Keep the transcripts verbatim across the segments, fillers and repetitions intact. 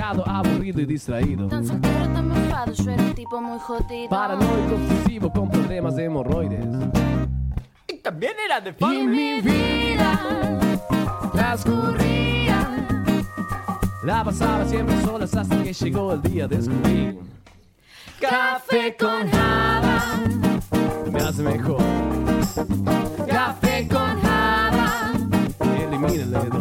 despechado, aburrido y distraído. Tan soltero, tan mofado, yo era un tipo muy jodido. Paranoico, obsesivo, con problemas de hemorroides. Y también era de Y mi vida transcurría, la pasaba siempre solas hasta que llegó el día de descubrir. Café con Java me hace mejor. Café con Java elimina el hedor.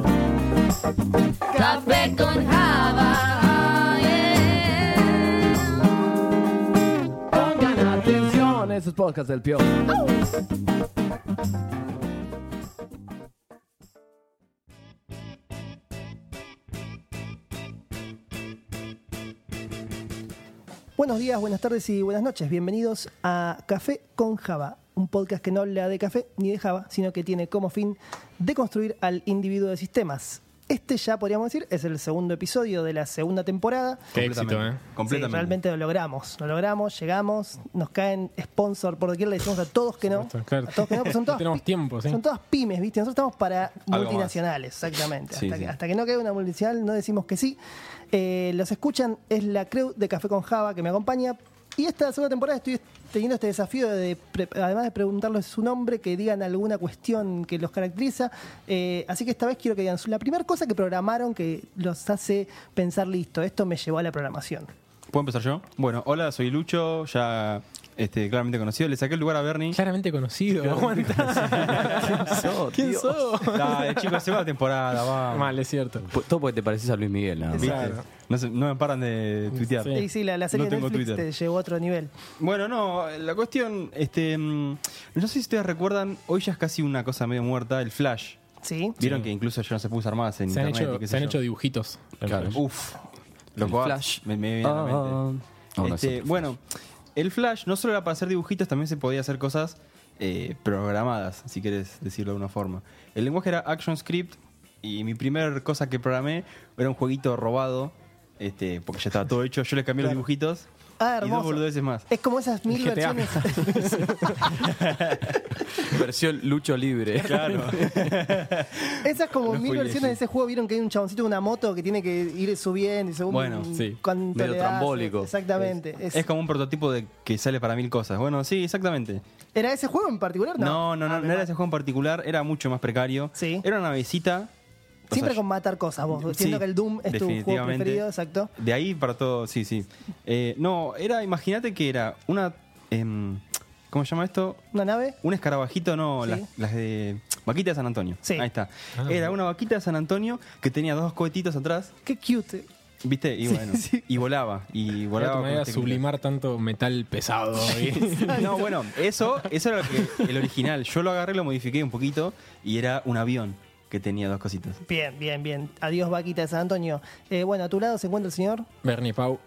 Café con Java, yeah. Pongan atención, esos podcasts del Pio. Buenos días, buenas tardes y buenas noches. Bienvenidos a Café con Java, un podcast que no habla de café ni de Java, sino que tiene como fin deconstruir al individuo de sistemas. Este ya podríamos decir es el segundo episodio de la segunda temporada. Qué éxito, ¿eh? Sí, realmente lo logramos, lo logramos, llegamos, nos caen sponsor por doquier, le decimos a todos que no. Claro. A todos que no, pues son todas, Tenemos tiempo, sí. son todas pymes, ¿viste? Nosotros estamos para Algo multinacionales, exactamente. Sí, hasta, sí. Que, hasta que no quede una multinacional no decimos que sí. Eh, los escuchan, es la crew de Café con Java que me acompaña. Y esta segunda temporada estoy teniendo este desafío de, pre- además de preguntarles su nombre, que digan alguna cuestión que los caracteriza. Eh, así que esta vez quiero que digan la primera cosa que programaron que los hace pensar, listo, esto me llevó a la programación. ¿Puedo empezar yo? Bueno, hola, soy Lucho, ya este, claramente conocido. Le saqué el lugar a Bernie. Claramente conocido. Aguanta. ¿Quién sos, ¿Quién tío? sos? Dale, chicos, segunda temporada, vamos. Mal, es cierto. P- Todo porque te pareces a Luis Miguel, nada más. ¿Viste? Claro. No, se- no me paran de tuitear. Sí. Y sí, la, la serie No de tengo Netflix Twitter. te llevó a otro nivel. Bueno, no, la cuestión, este, mm, no sé si ustedes recuerdan, hoy ya es casi una cosa medio muerta, el Flash. ¿Sí? Vieron Sí. que incluso ya no se puede usar más en Se han internet. hecho, y qué sé se han yo. hecho dibujitos. Claro. Uf, El loco, Flash. me, me viene a la mente. Ah, no, no es Este, otro bueno, el Flash no solo era para hacer dibujitos, también se podía hacer cosas eh, programadas, si quieres decirlo de alguna forma. El lenguaje era ActionScript y mi primer cosa que programé era un jueguito robado, este, porque ya estaba todo hecho. Yo le cambié los dibujitos Ah, y dos hermoso. boludeces más. Es como esas mil G T A. versiones. Versión Lucho Libre. Claro. Esas como No mil spoilees, versiones de sí. ese juego. Vieron que hay un chaboncito de una moto que tiene que ir subiendo y según Bueno, sí. cuánto Medio le das. trambólico. Exactamente. Es- Es como un prototipo de que sale para mil cosas. Bueno, sí, exactamente. ¿Era ese juego en particular? No, no, no, Ah, no, me era ma- ese juego en particular, era mucho más precario. Sí. Era una navecita. o Siempre sea, con matar cosas vos. Sí, Siento que el Doom es tu juego definitivamente. preferido, exacto. De ahí para todo, sí, sí. Eh, no, era, imagínate que era una. em, ¿Cómo se llama esto? ¿Una nave? Un escarabajito, no, Sí. las, las de. Vaquita de San Antonio. Sí. Ahí está. Ah. Era una vaquita de San Antonio que tenía dos cohetitos atrás, Qué cute. ¿viste? Y Sí, bueno, sí. y volaba. Y Era volaba. tu con manera de técnica. sublimar tanto metal pesado. No, bueno, eso, eso era lo que, el original. Yo lo agarré, lo modifiqué un poquito y era un avión que tenía dos cositas. Bien, bien, bien. Adiós, vaquita de San Antonio. Eh, bueno, a tu lado se encuentra el señor. Bernie Pau.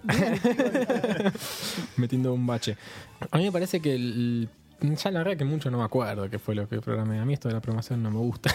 Metiendo un bache. A mí me parece que el, ya la verdad que mucho no me acuerdo qué fue lo que programé. A mí esto de la programación no me gusta.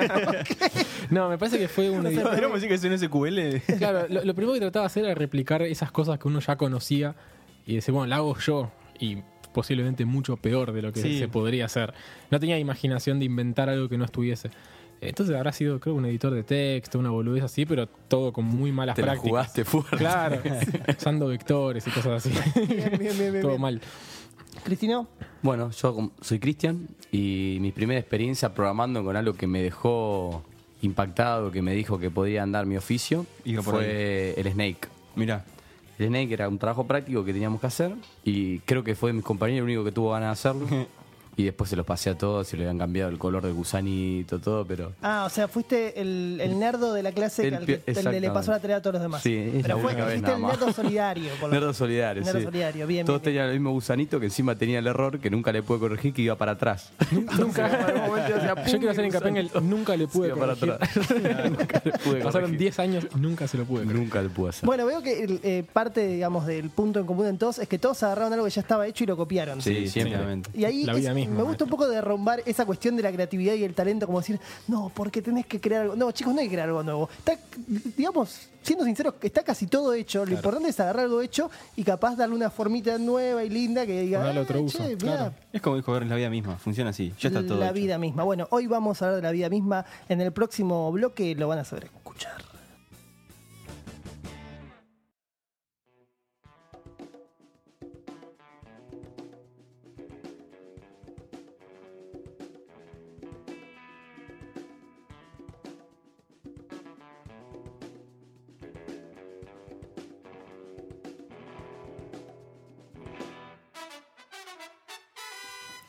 No, me parece que fue un editor. Podríamos decir que es un S Q L. Claro, lo, lo primero que trataba de hacer era replicar esas cosas que uno ya conocía y decir, bueno, la hago yo y posiblemente mucho peor de lo que Sí. se podría hacer. No tenía imaginación de inventar algo que no estuviese. Entonces habrá sido, creo, un editor de texto, una boludez así, pero todo con muy malas Te la prácticas. jugaste fuerte. Claro, usando vectores y cosas así. Bien, bien, bien, bien, Todo bien. mal. Cristino. Bueno, yo com- soy Cristian y mi primera experiencia programando con algo que me dejó impactado, que me dijo que podía andar mi oficio, Iba por fue el Snake. Mirá. El Snake era un trabajo práctico que teníamos que hacer y creo que fue mi compañero el único que tuvo ganas de hacerlo. Y después se los pasé a todos y le habían cambiado el color del gusanito, todo, pero... Ah, o sea, fuiste el, el nerdo de la clase El al pi- que, el que le exactamente. pasó la tarea a todos los demás. Sí, es Pero la fue, única vez fuiste nada el más. nerdo solidario. Por lo Nerdo menos. solidario, Nerdo sí. solidario, bien, Todos bien, bien. tenían el mismo gusanito que encima tenía el error que nunca le pude corregir que iba para atrás. Nunca, yo quiero hacer hincapié en el nunca le pude Sí, para corregir. atrás. Nunca le pude Pasaron corregir. diez años y nunca se lo pude corregir. Nunca le pude hacer. Bueno, veo que el, eh, parte, digamos, del punto en común en todos es que todos agarraron algo que ya estaba hecho y lo copiaron. Sí, Sí, siempre. obviamente. Y ahí La es- vida misma, me gusta un maestro. poco derrumbar esa cuestión de la creatividad y el talento, como decir, no, porque tenés que crear algo. No, chicos, no hay que crear algo nuevo. Está, digamos, siendo sinceros, está casi todo hecho. Lo importante es agarrar algo hecho y capaz darle una formita nueva y linda que diga, Darle "Ah, otro uso, che, mirá, claro. Es como dijo Bernie, la vida misma. Funciona así. Ya está todo la hecho. vida misma. Bueno, hoy vamos a hablar de la vida misma. En el próximo bloque lo van a saber escuchar.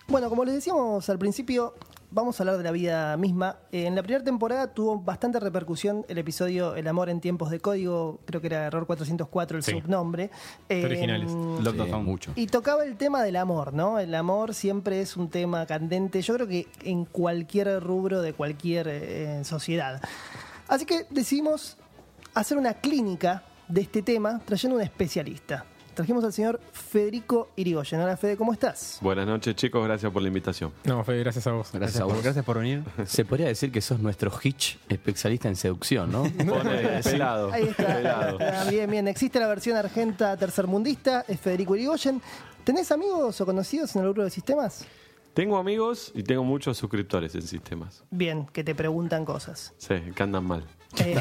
Bueno, como les decíamos al principio, vamos a hablar de la vida misma. Eh, en la primera temporada tuvo bastante repercusión el episodio El amor en tiempos de código, creo que era Error cuatrocientos cuatro el Sí. subnombre. Eh, Originales. Lockdown Sí, Town. mucho. Y tocaba el tema del amor, ¿no? El amor siempre es un tema candente, yo creo que en cualquier rubro de cualquier eh, sociedad. Así que decidimos hacer una clínica de este tema trayendo un especialista. Trajimos al señor Federico Irigoyen. Hola Fede, ¿cómo estás? Buenas noches, chicos. Gracias por la invitación. No, Fede, gracias a vos. Gracias a vos. Gracias por venir. Se podría decir que sos nuestro Hitch especialista en seducción, ¿no? Pone pelado. Ahí está. pelado. Ah, bien, bien. Existe la versión argenta tercermundista, es Federico Irigoyen. ¿Tenés amigos o conocidos en el rubro de sistemas? Tengo amigos y tengo muchos suscriptores en sistemas. Bien, que te preguntan cosas. Sí, que andan mal. Eh,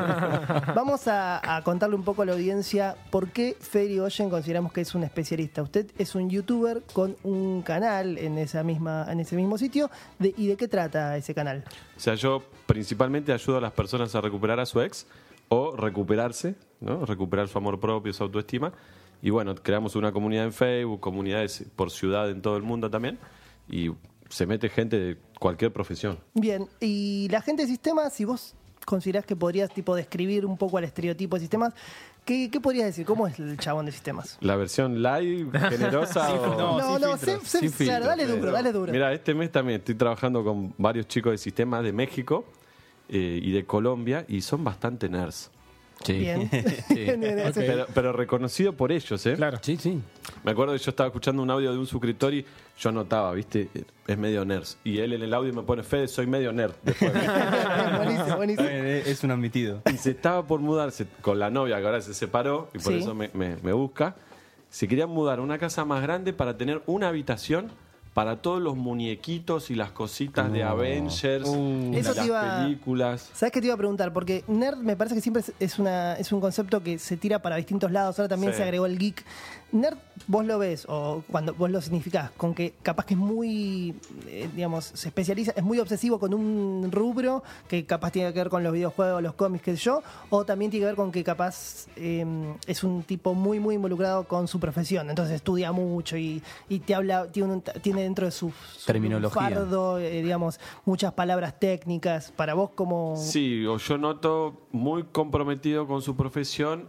vamos a, a contarle un poco a la audiencia por qué Fede Irigoyen consideramos que es un especialista. Usted es un youtuber con un canal en esa misma, en ese mismo sitio. De, ¿Y de qué trata ese canal? O sea, yo principalmente ayudo a las personas a recuperar a su ex o recuperarse, ¿no? Recuperar su amor propio, su autoestima. Y bueno, creamos una comunidad en Facebook, comunidades por ciudad en todo el mundo también. Y se mete gente de cualquier profesión. Bien, y la gente de sistemas, si vos considerás que podrías tipo describir un poco al estereotipo de sistemas, ¿qué, qué podrías decir? ¿Cómo es el chabón de sistemas? La versión live, generosa o... no, no, sin no, filtros, sé- sé- sin claro, filtros, dale duro, Pero, dale duro. Mira, este mes también estoy trabajando con varios chicos de sistemas de México eh, y de Colombia y son bastante nerds. Sí. Bien. Sí. Bien, bien, Ok. ese- Pero, pero reconocido por ellos, ¿eh? Claro. Sí, sí. Me acuerdo que yo estaba escuchando un audio de un suscriptor y yo notaba, ¿viste? Es medio nerd. Y él en el audio me pone, Fede, soy medio nerd. Después. buenísimo, buenísimo. Es un admitido. Y se estaba por mudarse con la novia, que ahora se separó y por Sí. eso me, me- me busca. Se querían mudar a una casa más grande para tener una habitación para todos los muñequitos y las cositas de Avengers, Uh. y Eso las te iba- películas. ¿Sabes qué te iba a preguntar? Porque nerd me parece que siempre es- es, una, es un concepto que se tira para distintos lados. Ahora también Sí. se agregó el geek. Nerd, vos lo ves, o cuando vos lo significás, con que capaz que es muy, eh, digamos, se especializa, es muy obsesivo con un rubro que capaz tiene que ver con los videojuegos, los cómics, qué sé yo, o también tiene que ver con que capaz eh, es un tipo muy, muy involucrado con su profesión. Entonces estudia mucho y, y te habla, tiene, un- tiene dentro de su, su Terminología. fardo, eh, digamos, muchas palabras técnicas. Para vos, como Sí, o yo noto muy comprometido con su profesión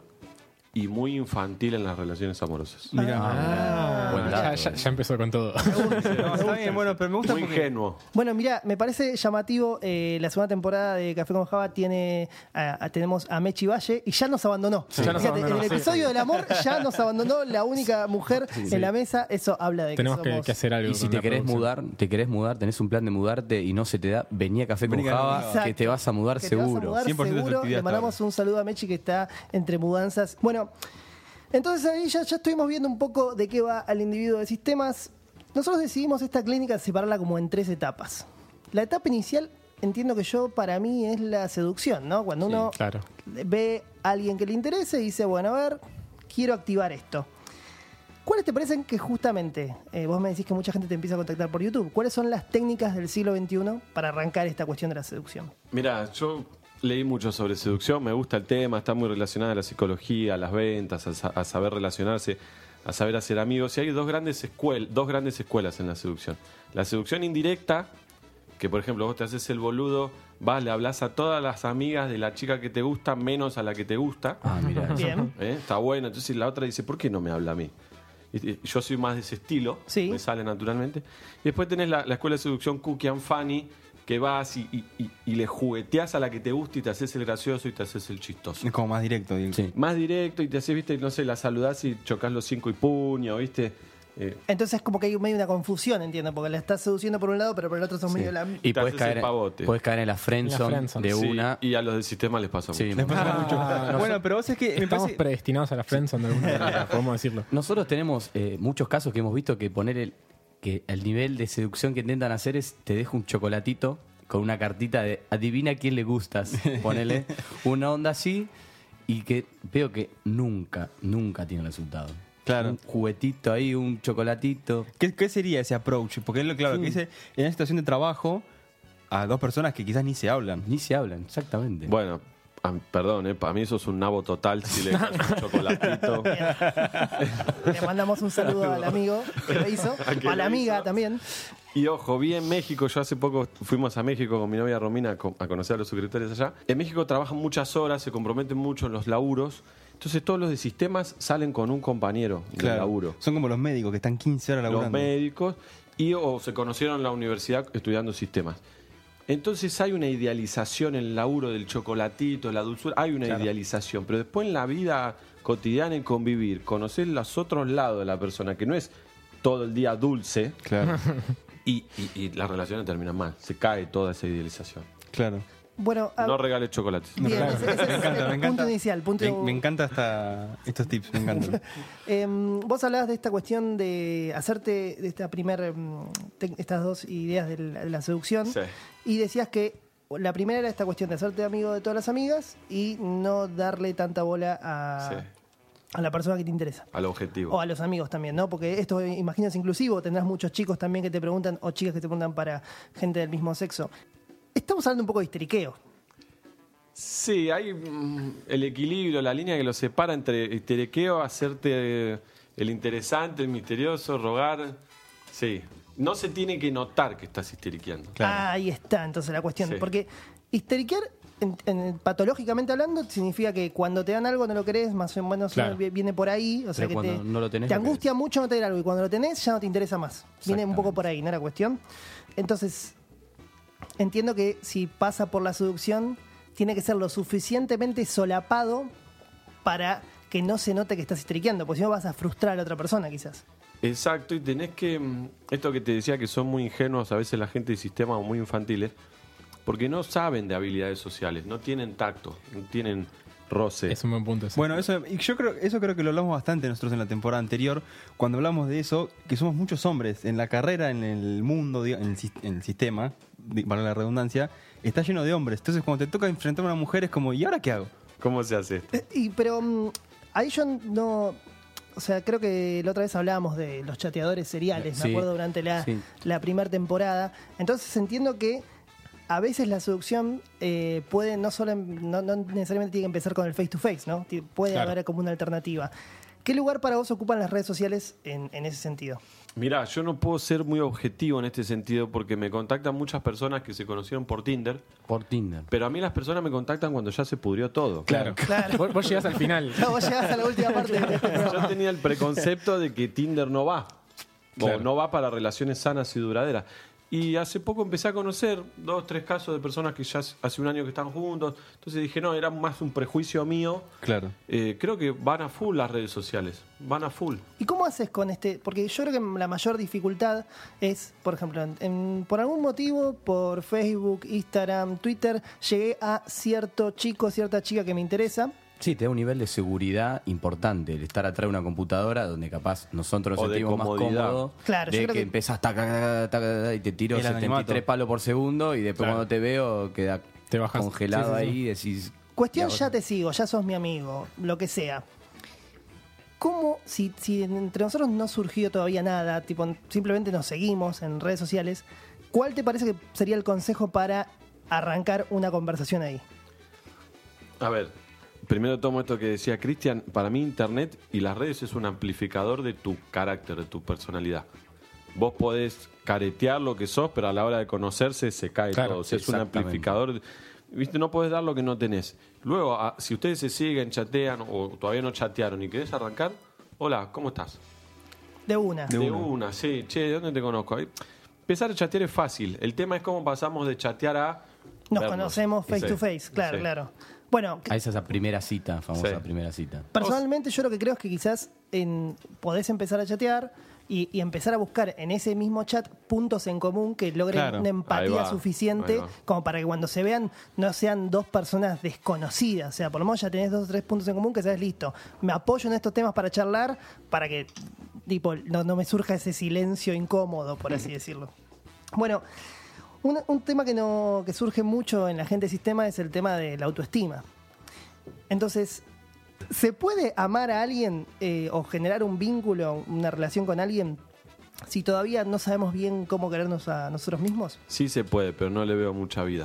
y muy infantil en las relaciones amorosas. Mira. Ah, Buen ya, dato. ya- ya empezó con todo. No, está bien, bueno, pero me gusta Muy porque ingenuo. Bueno, mira, me parece llamativo. eh, la segunda temporada de Café con Java tiene a- a- tenemos a Mechi Valle y ya nos abandonó. Ya nos Fíjate, abandonó, en el sí. episodio del amor ya nos abandonó la única mujer en la mesa. Eso habla de que Tenemos que, somos- que hacer algo. Y si con te la querés producción. mudar, te querés mudar, tenés un plan de mudarte y no se te da, vení a Café con Vení a Café con Java, Java. que Exacto. te vas a mudar Que te vas a seguro. mudar cien por ciento seguro. efectividad Le mandamos hasta un saludo a Mechi que está entre mudanzas. Bueno, entonces ahí ya, ya estuvimos viendo un poco de qué va al individuo de sistemas. Nosotros decidimos esta clínica separarla como en tres etapas. La etapa inicial, entiendo que yo, para mí, es la seducción, ¿no? Cuando uno Claro. ve a alguien que le interese y dice, bueno, a ver, quiero activar esto. ¿Cuáles te parecen que justamente, eh, vos me decís que mucha gente te empieza a contactar por YouTube, cuáles son las técnicas del siglo veintiuno para arrancar esta cuestión de la seducción? Mira, yo leí mucho sobre seducción, me gusta el tema, está muy relacionada a la psicología, a las ventas, a, sa- a saber relacionarse, a saber hacer amigos. Y hay dos grandes, escuel- dos grandes escuelas en la seducción. La seducción indirecta, que por ejemplo vos te haces el boludo, vas, le hablas a todas las amigas de la chica que te gusta, menos a la que te gusta. Ah, mira. Bien. ¿Eh? Está bueno. Entonces la otra dice, ¿por qué no me habla a mí? Y- y yo soy más de ese estilo, Sí. me sale naturalmente. Y después tenés la, la escuela de seducción Cookie and Funny, que vas y, y- y- y le jugueteás a la que te gusta y te haces el gracioso y te haces el chistoso. es como más directo. digo. Sí. Más directo y te haces, viste, no sé, la saludás y chocas los cinco y puño, viste. Eh, Entonces como que hay medio una confusión, entiendo, porque la estás seduciendo por un lado, pero por el otro sos medio la... Y Te podés haces caer, el pavote. podés caer en la friendzone, friendzone. de sí, una. y a los del sistema les pasa Sí, mucho. Les pasa mucho. Ah, Bueno, pero vos es que me Estamos parece... predestinados a la friendzone de alguna manera, podemos decirlo. Nosotros tenemos eh, muchos casos que hemos visto que poner el, que el nivel de seducción que intentan hacer es te dejo un chocolatito con una cartita de adivina a quién le gustas. Ponele una onda así y que veo que nunca, nunca tiene resultado. Claro. Un juguetito ahí, un chocolatito. ¿Qué, qué sería ese approach? Porque es lo claro que dice, en una situación de trabajo, a dos personas que quizás ni se hablan. Ni se hablan, exactamente. Bueno, Ah, perdón, eh, para mí eso es un nabo total si le dejas un chocolatito. Le mandamos un saludo al amigo que lo hizo, ¿A que a la lo amiga hizo? también. Y ojo, vi en México, yo hace poco fuimos a México con mi novia Romina a co- a conocer a los suscriptores allá. En México trabajan muchas horas, se comprometen mucho en los laburos. Entonces todos los de sistemas salen con un compañero de laburo. Son como los médicos que están quince horas Los laburando. médicos y o se conocieron en la universidad estudiando sistemas. Entonces hay una idealización en el laburo del chocolatito, la dulzura, hay una Claro. idealización, pero después en la vida cotidiana, en convivir, conocer los otros lados de la persona, que no es todo el día dulce, Claro, y, y- y las relaciones terminan mal, se cae toda esa idealización. claro. Bueno, a- No regales chocolates. bien, Claro. ese- ese es Me encanta, el me encanta. punto inicial. Punto, Me, me encanta hasta estos tips, me encantan. Em, vos hablabas de esta cuestión de hacerte de esta primer, em, te- estas dos ideas de la, de la seducción Sí. y decías que la primera era esta cuestión de hacerte amigo de todas las amigas y no darle tanta bola a, Sí, a la persona que te interesa. al objetivo. O a los amigos también, ¿no? Porque esto, eh, imagino, es inclusivo. Tendrás muchos chicos también que te preguntan, o chicas que te preguntan para gente del mismo sexo. Estamos hablando un poco de histeriqueo. Sí, hay mm, el equilibrio, la línea que lo separa entre histeriqueo, hacerte eh, el interesante, el misterioso, rogar. Sí, no se tiene que notar que estás histeriqueando. Claro. Ahí está, entonces, la cuestión. Sí. Porque histeriquear, en- en- patológicamente hablando, significa que cuando te dan algo no lo querés, más o menos Claro. vi- viene por ahí. O sea, Pero que cuando te, no lo tenés, te lo angustia mucho no tener algo y cuando lo tenés ya no te interesa más. Viene un poco por ahí, ¿no? La cuestión. Entonces, entiendo que si pasa por la seducción, tiene que ser lo suficientemente solapado para que no se note que estás histeriqueando, porque si no vas a frustrar a la otra persona, quizás. Exacto, y tenés que, mm, esto que te decía que son muy ingenuos a veces la gente de sistema o muy infantiles, porque no saben de habilidades sociales, no tienen tacto, no tienen roce. Es un buen punto ese. Bueno, eso, y yo creo, eso creo que lo hablamos bastante nosotros en la temporada anterior, cuando hablamos de eso, que somos muchos hombres en la carrera, en el mundo, diga- en el, sis- en el sistema, di- para la redundancia, está lleno de hombres. Entonces, cuando te toca enfrentar a una mujer es como, ¿y ahora qué hago? ¿Cómo se hace esto? Eh, Y, pero mm, ahí yo no. O sea, creo que la otra vez hablábamos de los chateadores seriales, me Sí, acuerdo, durante la, sí. la primera temporada. Entonces entiendo que a veces la seducción eh, puede no solo no, no necesariamente tiene que empezar con el face to face, ¿no? Ti- Puede Claro. haber como una alternativa. ¿Qué lugar para vos ocupan las redes sociales en, en ese sentido? Mirá, yo no puedo ser muy objetivo en este sentido porque me contactan muchas personas que se conocieron por Tinder, Por Tinder. pero a mí las personas me contactan cuando ya se pudrió todo. Claro. Claro. Vos, vos llegás al final. No, vos llegás a la última parte de este programa. Yo tenía el preconcepto de que Tinder no va. Claro. O no va para relaciones sanas y duraderas. Y hace poco empecé a conocer dos, tres casos de personas que ya hace un año que están juntos. Entonces dije, no, era más un prejuicio mío. Claro. Eh, creo que van a full las redes sociales. Van a full. ¿Y cómo haces con este? Porque yo creo que la mayor dificultad es, por ejemplo, en- en- por algún motivo, por Facebook, Instagram, Twitter, llegué a cierto chico, cierta chica que me interesa. Sí, te da un nivel de seguridad importante el estar atrás de una computadora donde capaz nosotros nos O de sentimos más comodidad. cómodos. Claro, yo de creo que, que- empezás taca, taca, taca, taca, y te tiro El setenta y tres anonimato. palos por segundo y después Claro. cuando te veo queda Te bajás. congelado Sí, sí, sí. ahí y decís... Cuestión, ¿y ahora? ya te sigo, ya sos mi amigo, lo que sea. ¿Cómo, si, si entre nosotros no surgió todavía nada, tipo simplemente nos seguimos en redes sociales, cuál te parece que sería el consejo para arrancar una conversación ahí? A ver, primero tomo esto que decía Cristian. Para mí Internet y las redes es un amplificador de tu carácter, de tu personalidad. Vos podés caretear lo que sos, pero a la hora de conocerse se cae Claro, todo. O sea, es un exactamente. amplificador. ¿Viste? No podés dar lo que no tenés. Luego, a- si ustedes se siguen, chatean o todavía no chatearon y querés arrancar, hola, ¿cómo estás? De una. De, una. sí. Che, ¿de dónde te conozco? Ahí. Empezar a chatear es fácil. El tema es cómo pasamos de chatear a... Nos vernos. conocemos face Sí. to face, claro, Sí. claro. Bueno, A esa, esa primera cita, famosa Sí. primera cita. personalmente yo lo que creo es que quizás en, podés empezar a chatear y, y empezar a buscar en ese mismo chat puntos en común que logren Claro. una Ahí empatía va, suficiente ahí va. como para que cuando se vean no sean dos personas desconocidas. O sea, por lo menos ya tenés dos o tres puntos en común que sabes, listo, me apoyo en estos temas para charlar para que tipo no, no me surja ese silencio incómodo, por así decirlo. Bueno, un, un tema que, no, que surge mucho en la gente de sistema es el tema de la autoestima. Entonces, ¿se puede amar a alguien eh, o generar un vínculo, una relación con alguien, si todavía no sabemos bien cómo querernos a nosotros mismos? Sí se puede, pero no le veo mucha vida.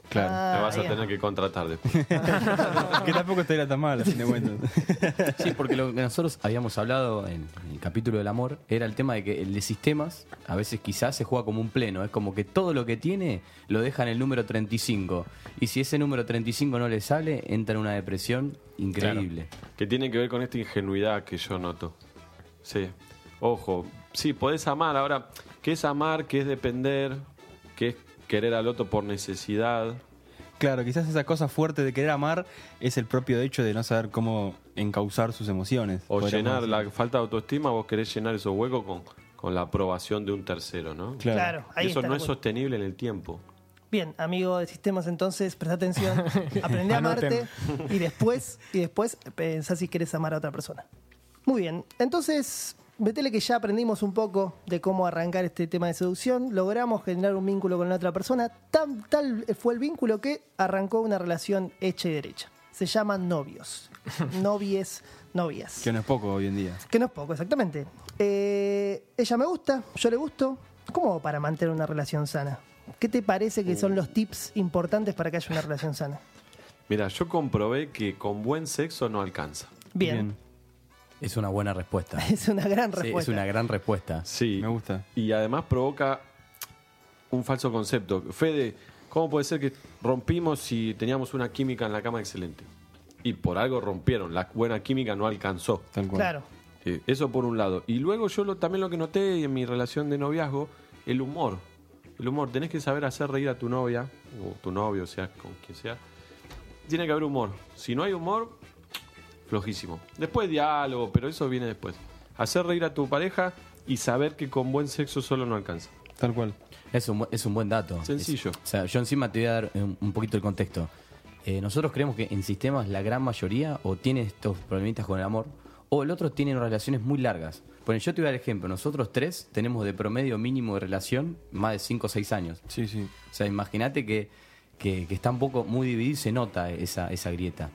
Claro. Ah, Me vas a bien. tener que contratar después. Que tampoco estaría tan mal, a fin de cuentas. Sí, porque lo que nosotros habíamos hablado en el capítulo del amor era el tema de que el de sistemas a veces quizás se juega como un pleno. Es como que todo lo que tiene lo deja en el número treinta y cinco. Y si ese número treinta y cinco no le sale, entra en una depresión increíble. Que tiene que ver con esta ingenuidad que yo noto. Sí. Ojo, sí, podés amar. Ahora, ¿qué es amar? ¿Qué es depender? ¿Qué es querer al otro por necesidad? Claro, quizás esa cosa fuerte de querer amar es el propio hecho de no saber cómo encauzar sus emociones. O podríamos llenar decir. la falta de autoestima, vos querés llenar esos huecos con, con la aprobación de un tercero, ¿no? Claro. Claro, ahí Eso está no la es cuestión. sostenible en el tiempo. Bien, amigo de sistemas, entonces presta atención, aprende a amarte y después, y después pensá si querés amar a otra persona. Muy bien, entonces, metele que ya aprendimos un poco de cómo arrancar este tema de seducción, logramos generar un vínculo con la otra persona, tan, tal fue el vínculo que arrancó una relación hecha y derecha. Se llaman novios, novies, novias. Que no es poco hoy en día. Que no es poco, exactamente. Eh, ella me gusta, yo le gusto. ¿Cómo hago para mantener una relación sana? ¿Qué te parece que son los tips importantes para que haya una relación sana? Mira, yo comprobé que con buen sexo no alcanza. Bien, Es una buena respuesta. es una gran Sí, respuesta. es una gran respuesta. Sí. Me gusta. Y además provoca un falso concepto. Fede, ¿cómo puede ser que rompimos y teníamos una química en la cama excelente? Y por algo rompieron. La buena química no alcanzó. Tal cual. Claro, Eh, eso por un lado. Y luego yo lo, también lo que noté en mi relación de noviazgo, el humor. El humor. Tenés que saber hacer reír a tu novia, o tu novio, o sea, con quien sea. Tiene que haber humor. Si no hay humor, flojísimo. Después diálogo, pero eso viene después. Hacer reír a tu pareja y saber que con buen sexo solo no alcanza. Tal cual. Es un, bu- es un buen dato. Sencillo. Es- o sea, yo encima te voy a dar un, un poquito el contexto. Eh, nosotros creemos que en sistemas la gran mayoría o tiene estos problemitas con el amor o el otro tiene relaciones muy largas. Bueno, yo te voy a dar ejemplo. Nosotros tres tenemos de promedio mínimo de relación más de cinco o seis años. Sí, sí. O sea, imagínate que, que, que está un poco muy dividido y se nota esa, esa grieta.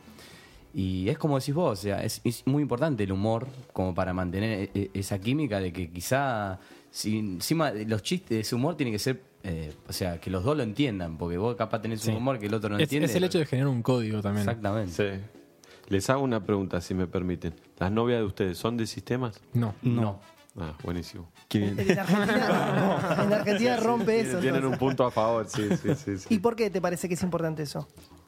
Y es como decís vos, o sea, es, es muy importante el humor como para mantener e- e- esa química de que quizá, si, encima de los chistes, ese humor tiene que ser, eh, o sea, que los dos lo entiendan, porque vos capaz tenés Sí. un humor que el otro no Es, entiende. es el hecho de generar un código también. Exactamente. Sí. Les hago una pregunta, si me permiten. ¿Las novias de ustedes son de sistemas? No. No. Ah, buenísimo. Qué bien. en Argentina, en Argentina rompe eso. Tienen entonces. un punto a favor, sí, sí, sí. sí. ¿Y por qué te parece que es importante eso?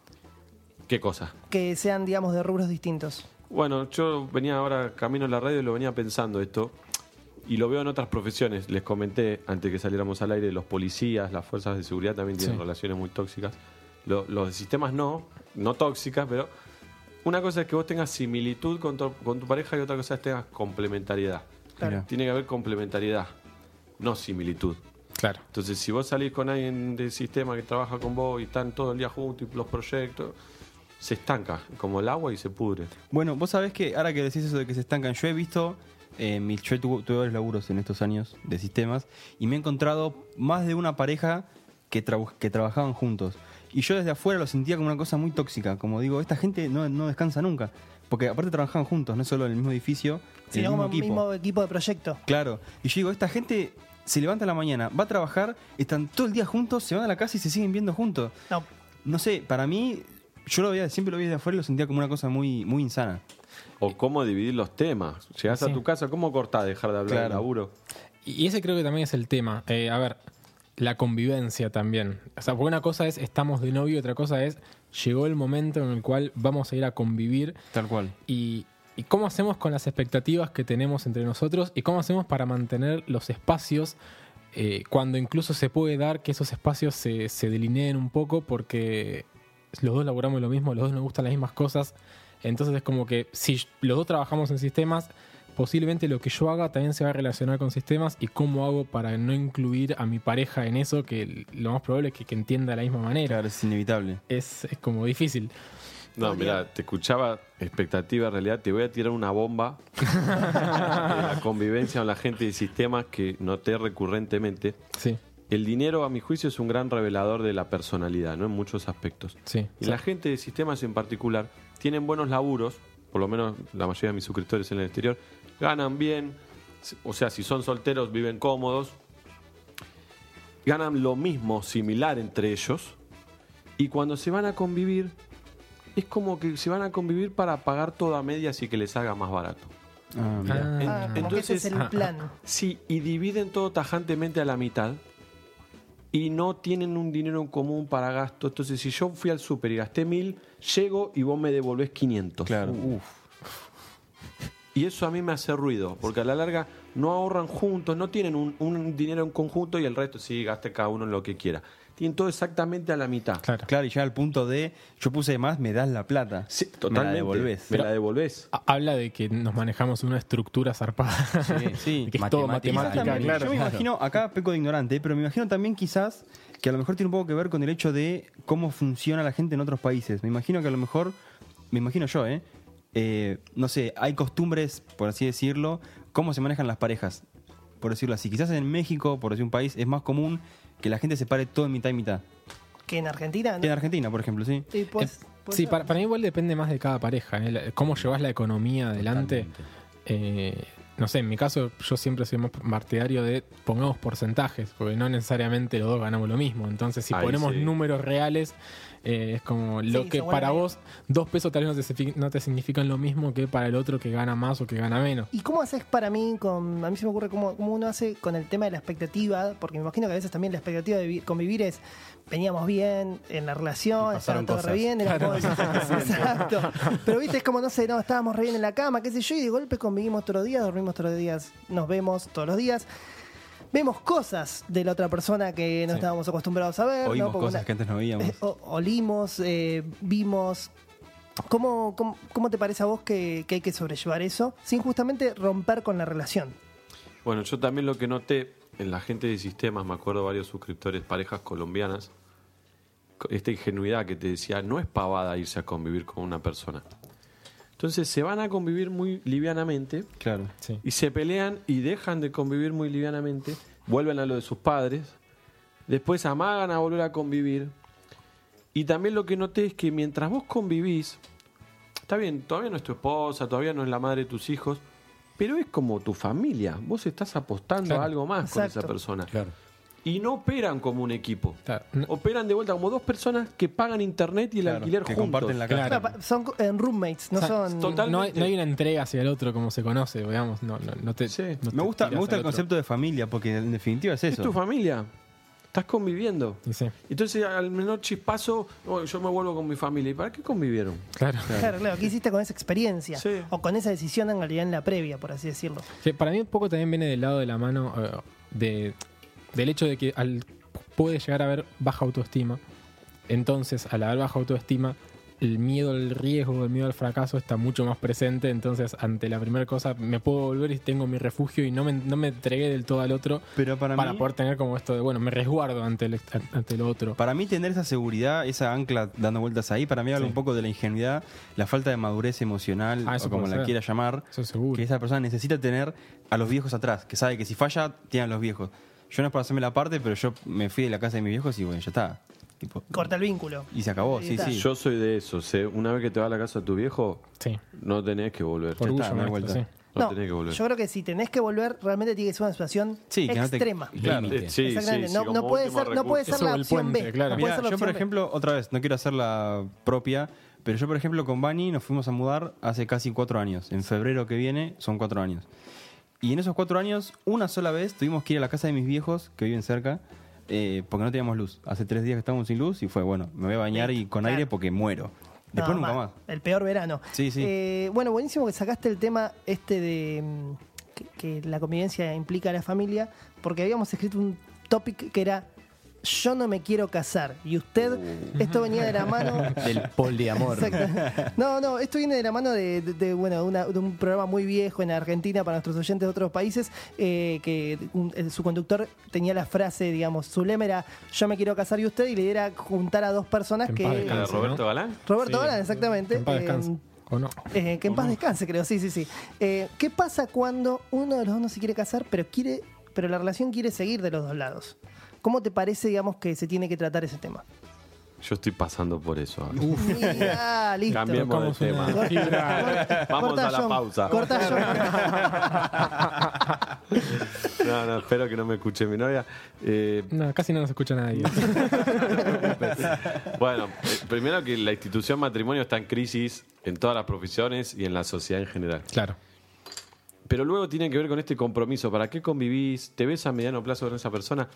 ¿Qué cosa? Que sean, digamos, de rubros distintos. Bueno, yo venía ahora camino a la radio y lo venía pensando esto. Y lo veo en otras profesiones. Les comenté antes que saliéramos al aire, los policías, las fuerzas de seguridad también tienen Sí. relaciones muy tóxicas. Lo- los de sistemas no, no tóxicas, pero una cosa es que vos tengas similitud con tu, con tu pareja y otra cosa es que tengas complementariedad. Claro. Tiene que haber complementariedad, no similitud. Claro. Entonces, si vos salís con alguien del sistema que trabaja con vos y están todo el día juntos y los proyectos, se estanca como el agua y se pudre. Bueno, vos sabés que ahora que decís eso de que se estancan, yo he visto, eh, mi, yo tuve, tuve varios laburos en estos años de sistemas y me he encontrado más de una pareja que, trau- que trabajaban juntos. Y yo desde afuera lo sentía como una cosa muy tóxica. Como digo, esta gente no, no descansa nunca. Porque aparte trabajaban juntos, no solo en el mismo edificio, en el Sino mismo como equipo. mismo equipo de proyecto. Claro. Y yo digo, esta gente se levanta a la mañana, va a trabajar, están todo el día juntos, se van a la casa y se siguen viendo juntos. No, No sé, para mí, yo lo veía, siempre lo veía de afuera y lo sentía como una cosa muy, muy insana. O cómo dividir los temas. Llegás a Sí. tu casa, ¿cómo cortás dejar de hablar Claro. del laburo? Y ese creo que también es el tema. Eh, a ver, la convivencia también. O sea, porque una cosa es estamos de novio, otra cosa es llegó el momento en el cual vamos a ir a convivir Tal cual. y, y cómo hacemos con las expectativas que tenemos entre nosotros y cómo hacemos para mantener los espacios eh, cuando incluso se puede dar que esos espacios se, se delineen un poco porque los dos laburamos lo mismo, los dos nos gustan las mismas cosas. Entonces es como que si los dos trabajamos en sistemas, posiblemente lo que yo haga también se va a relacionar con sistemas y cómo hago para no incluir a mi pareja en eso, que lo más probable es que, que entienda de la misma manera. Claro, es inevitable. Es, es como difícil. No, mira, te escuchaba expectativa, realidad. Te voy a tirar una bomba de la convivencia con la gente de sistemas que noté recurrentemente. Sí, El dinero, a mi juicio, es un gran revelador de la personalidad, ¿no? En muchos aspectos. sí. Y la gente de sistemas en particular tienen buenos laburos, por lo menos la mayoría de mis suscriptores en el exterior, ganan bien, o sea, si son solteros viven cómodos, ganan lo mismo, similar entre ellos, Y cuando se van a convivir, es como que se van a convivir para pagar todo a medias y que les haga más barato. Ah, mira. En- Ah, como que ese es el entonces, plan. sí, y dividen todo tajantemente a la mitad y no tienen un dinero en común para gasto. Entonces, si yo fui al súper y gasté mil, llego y vos me devolvés quinientos. Claro. Uf. Y eso a mí me hace ruido, porque a la larga no ahorran juntos, no tienen un, un dinero en conjunto y el resto sí, gaste cada uno en lo que quiera. Tienen todo exactamente a la mitad. Claro. Claro, y ya al punto de yo puse más, me das la plata. Sí, Me la totalmente. devolvés. Me la devolvés. Ha- Habla de que nos manejamos una estructura zarpada. Sí, que es todo matemática. matemática, Exactamente. claro. Yo me claro. imagino, acá peco de ignorante, pero me imagino también quizás que a lo mejor tiene un poco que ver con el hecho de cómo funciona la gente en otros países. Me imagino que a lo mejor, me imagino yo, ¿eh? Eh, no sé, hay costumbres, por así decirlo, cómo se manejan las parejas, por decirlo así. Quizás en México, por decir un país, es más común que la gente separe todo en mitad y mitad. Que en Argentina, Que en ¿no? Argentina, por ejemplo, sí. Sí, pues, Eh, puede sí, ser. para, para mí igual depende más de cada pareja. ¿eh? La- Cómo llevas la economía adelante. Totalmente. Eh, no sé, en mi caso yo siempre soy más partidario de pongamos porcentajes, porque no necesariamente los dos ganamos lo mismo. Entonces si Ahí ponemos sí. números reales, eh, es como lo Sí, que se vuelve para medio- vos dos pesos tal vez no te, signifi- no te significan lo mismo que para el otro que gana más o que gana menos. ¿Y cómo haces para mí, con, a mí se me ocurre cómo, cómo uno hace con el tema de la expectativa? Porque me imagino que a veces también la expectativa de vi- convivir es, veníamos bien en la relación, Y estaba pasaron todo re cosas. bien, era como- exacto. Pero viste, es como, no sé, no, estábamos re bien en la cama, qué sé yo, y de golpe convivimos todos los días, dormimos todos los días, nos vemos todos los días. Vemos cosas de la otra persona que no Sí. estábamos acostumbrados a ver. Oímos ¿no? Porque cosas una- que antes no veíamos. eh, o- olimos, eh, vimos. ¿Cómo, cómo, cómo te parece a vos que, que hay que sobrellevar eso sin justamente romper con la relación? Bueno, yo también lo que noté en la gente de sistemas, me acuerdo varios suscriptores, parejas colombianas, co- esta ingenuidad que te decía, no es pavada irse a convivir con una persona. Entonces se van a convivir muy livianamente Claro. Sí. y se pelean y dejan de convivir muy livianamente, vuelven a lo de sus padres, después amagan a volver a convivir. Y también lo que noté es que mientras vos convivís, está bien, todavía no es tu esposa, todavía no es la madre de tus hijos, pero es como tu familia. Vos estás apostando Claro. a algo más con Exacto. esa persona. Claro. Y no operan como un equipo. Claro, no- Operan de vuelta como dos personas que pagan internet y el Claro, alquiler que juntos. comparten la casa. Claro. Claro, pa- son eh, roommates, no Exacto. son. Total- no, hay, no hay una entrega hacia el otro como se conoce, digamos. No, no, no te, Sí. no te Me gusta, me tiras gusta al el otro. concepto de familia, porque en definitiva es Es eso. tu familia. Estás conviviendo. Y sí, Entonces, al menor chispazo, "Oh, yo me vuelvo con mi familia. ¿Y para qué convivieron? claro. Claro, claro. ¿Qué hiciste con esa experiencia? Sí. O con esa decisión en realidad en la previa, por así decirlo. Que para mí un poco también viene del lado de la mano eh, de, del hecho de que al, puede llegar a haber baja autoestima. Entonces, al haber baja autoestima, el miedo al riesgo, el miedo al fracaso está mucho más presente. Entonces, ante la primera cosa, me puedo volver y tengo mi refugio y no me, no me entregué del todo al otro Pero para, para mí, poder tener como esto de, bueno, me resguardo ante el, ante lo otro. para mí tener esa seguridad, esa ancla dando vueltas ahí, para mí habla Sí. un poco de la ingenuidad, la falta de madurez emocional, Ah, eso o como puede la ser. quiera llamar, Eso seguro. que esa persona necesita tener a los viejos atrás, que sabe que si falla, tienen a los viejos. Yo no es para hacerme la parte, pero yo me fui de la casa de mis viejos y bueno, ya está. Tipo, Corta el vínculo. y se acabó, Ahí sí, está. sí. Yo soy de esos. ¿eh? Una vez que te vas a la casa de tu viejo, Sí, no tenés que volver. por Ya orgullo, está, no hay maestro, vuelta. sí. No, No, tenés que volver. yo creo que si tenés que volver, realmente tiene que ser una situación Sí, que no te- extrema. Claro. Eh, sí, Exactamente. sí, no, sí, no como puede último ser, no puede recurso. ser la Sobre el opción puente, B. claro. No puede Mira, ser la yo por opción B. ejemplo, otra vez, no quiero hacer la propia, pero yo por ejemplo con Bani nos fuimos a mudar hace casi cuatro años. En febrero que viene son cuatro años. Y en esos cuatro años, una sola vez tuvimos que ir a la casa de mis viejos, que viven cerca, eh, porque no teníamos luz. Hace tres días que estábamos sin luz y fue, bueno, me voy a bañar y con Claro. aire porque muero. Después No, nunca ma- más. El peor verano. Sí, sí. Eh, bueno, buenísimo que sacaste el tema este de mm, que, que la convivencia implica a la familia, porque habíamos escrito un topic que era yo no me quiero casar. Y usted, Uh. esto venía de la mano. Del poliamor. Exacto. No, no, esto viene de la mano de, de- de, bueno, una- de un programa muy viejo en Argentina para nuestros oyentes de otros países, eh, que un- eh, su conductor tenía la frase, digamos, su lema era yo me quiero casar y usted, y la idea era juntar a dos personas Que en paz que... ¿La de descanse. Roberto ¿no? Galán? Roberto Sí, Galán, exactamente. que en paz eh, descanse. ¿O no? eh, que en paz descanse, creo, sí, sí, sí. Eh, ¿Qué pasa cuando uno de los dos no se quiere casar, pero quiere, pero la relación quiere seguir de los dos lados? ¿Cómo te parece, digamos, que se tiene que tratar ese tema? Yo estoy pasando por eso. ahora. Mirá, listo. Cambiemos de Tocamos tema. una fibra. Vamos Corta, a la John. pausa. Corta, John. No, no, espero que no me escuche mi novia. Eh, No, casi no nos escucha nadie. bueno, eh, primero que la institución matrimonio está en crisis en todas las profesiones y en la sociedad en general. Claro. Pero luego tiene que ver con este compromiso. ¿Para qué convivís? ¿Te ves a mediano plazo con esa persona?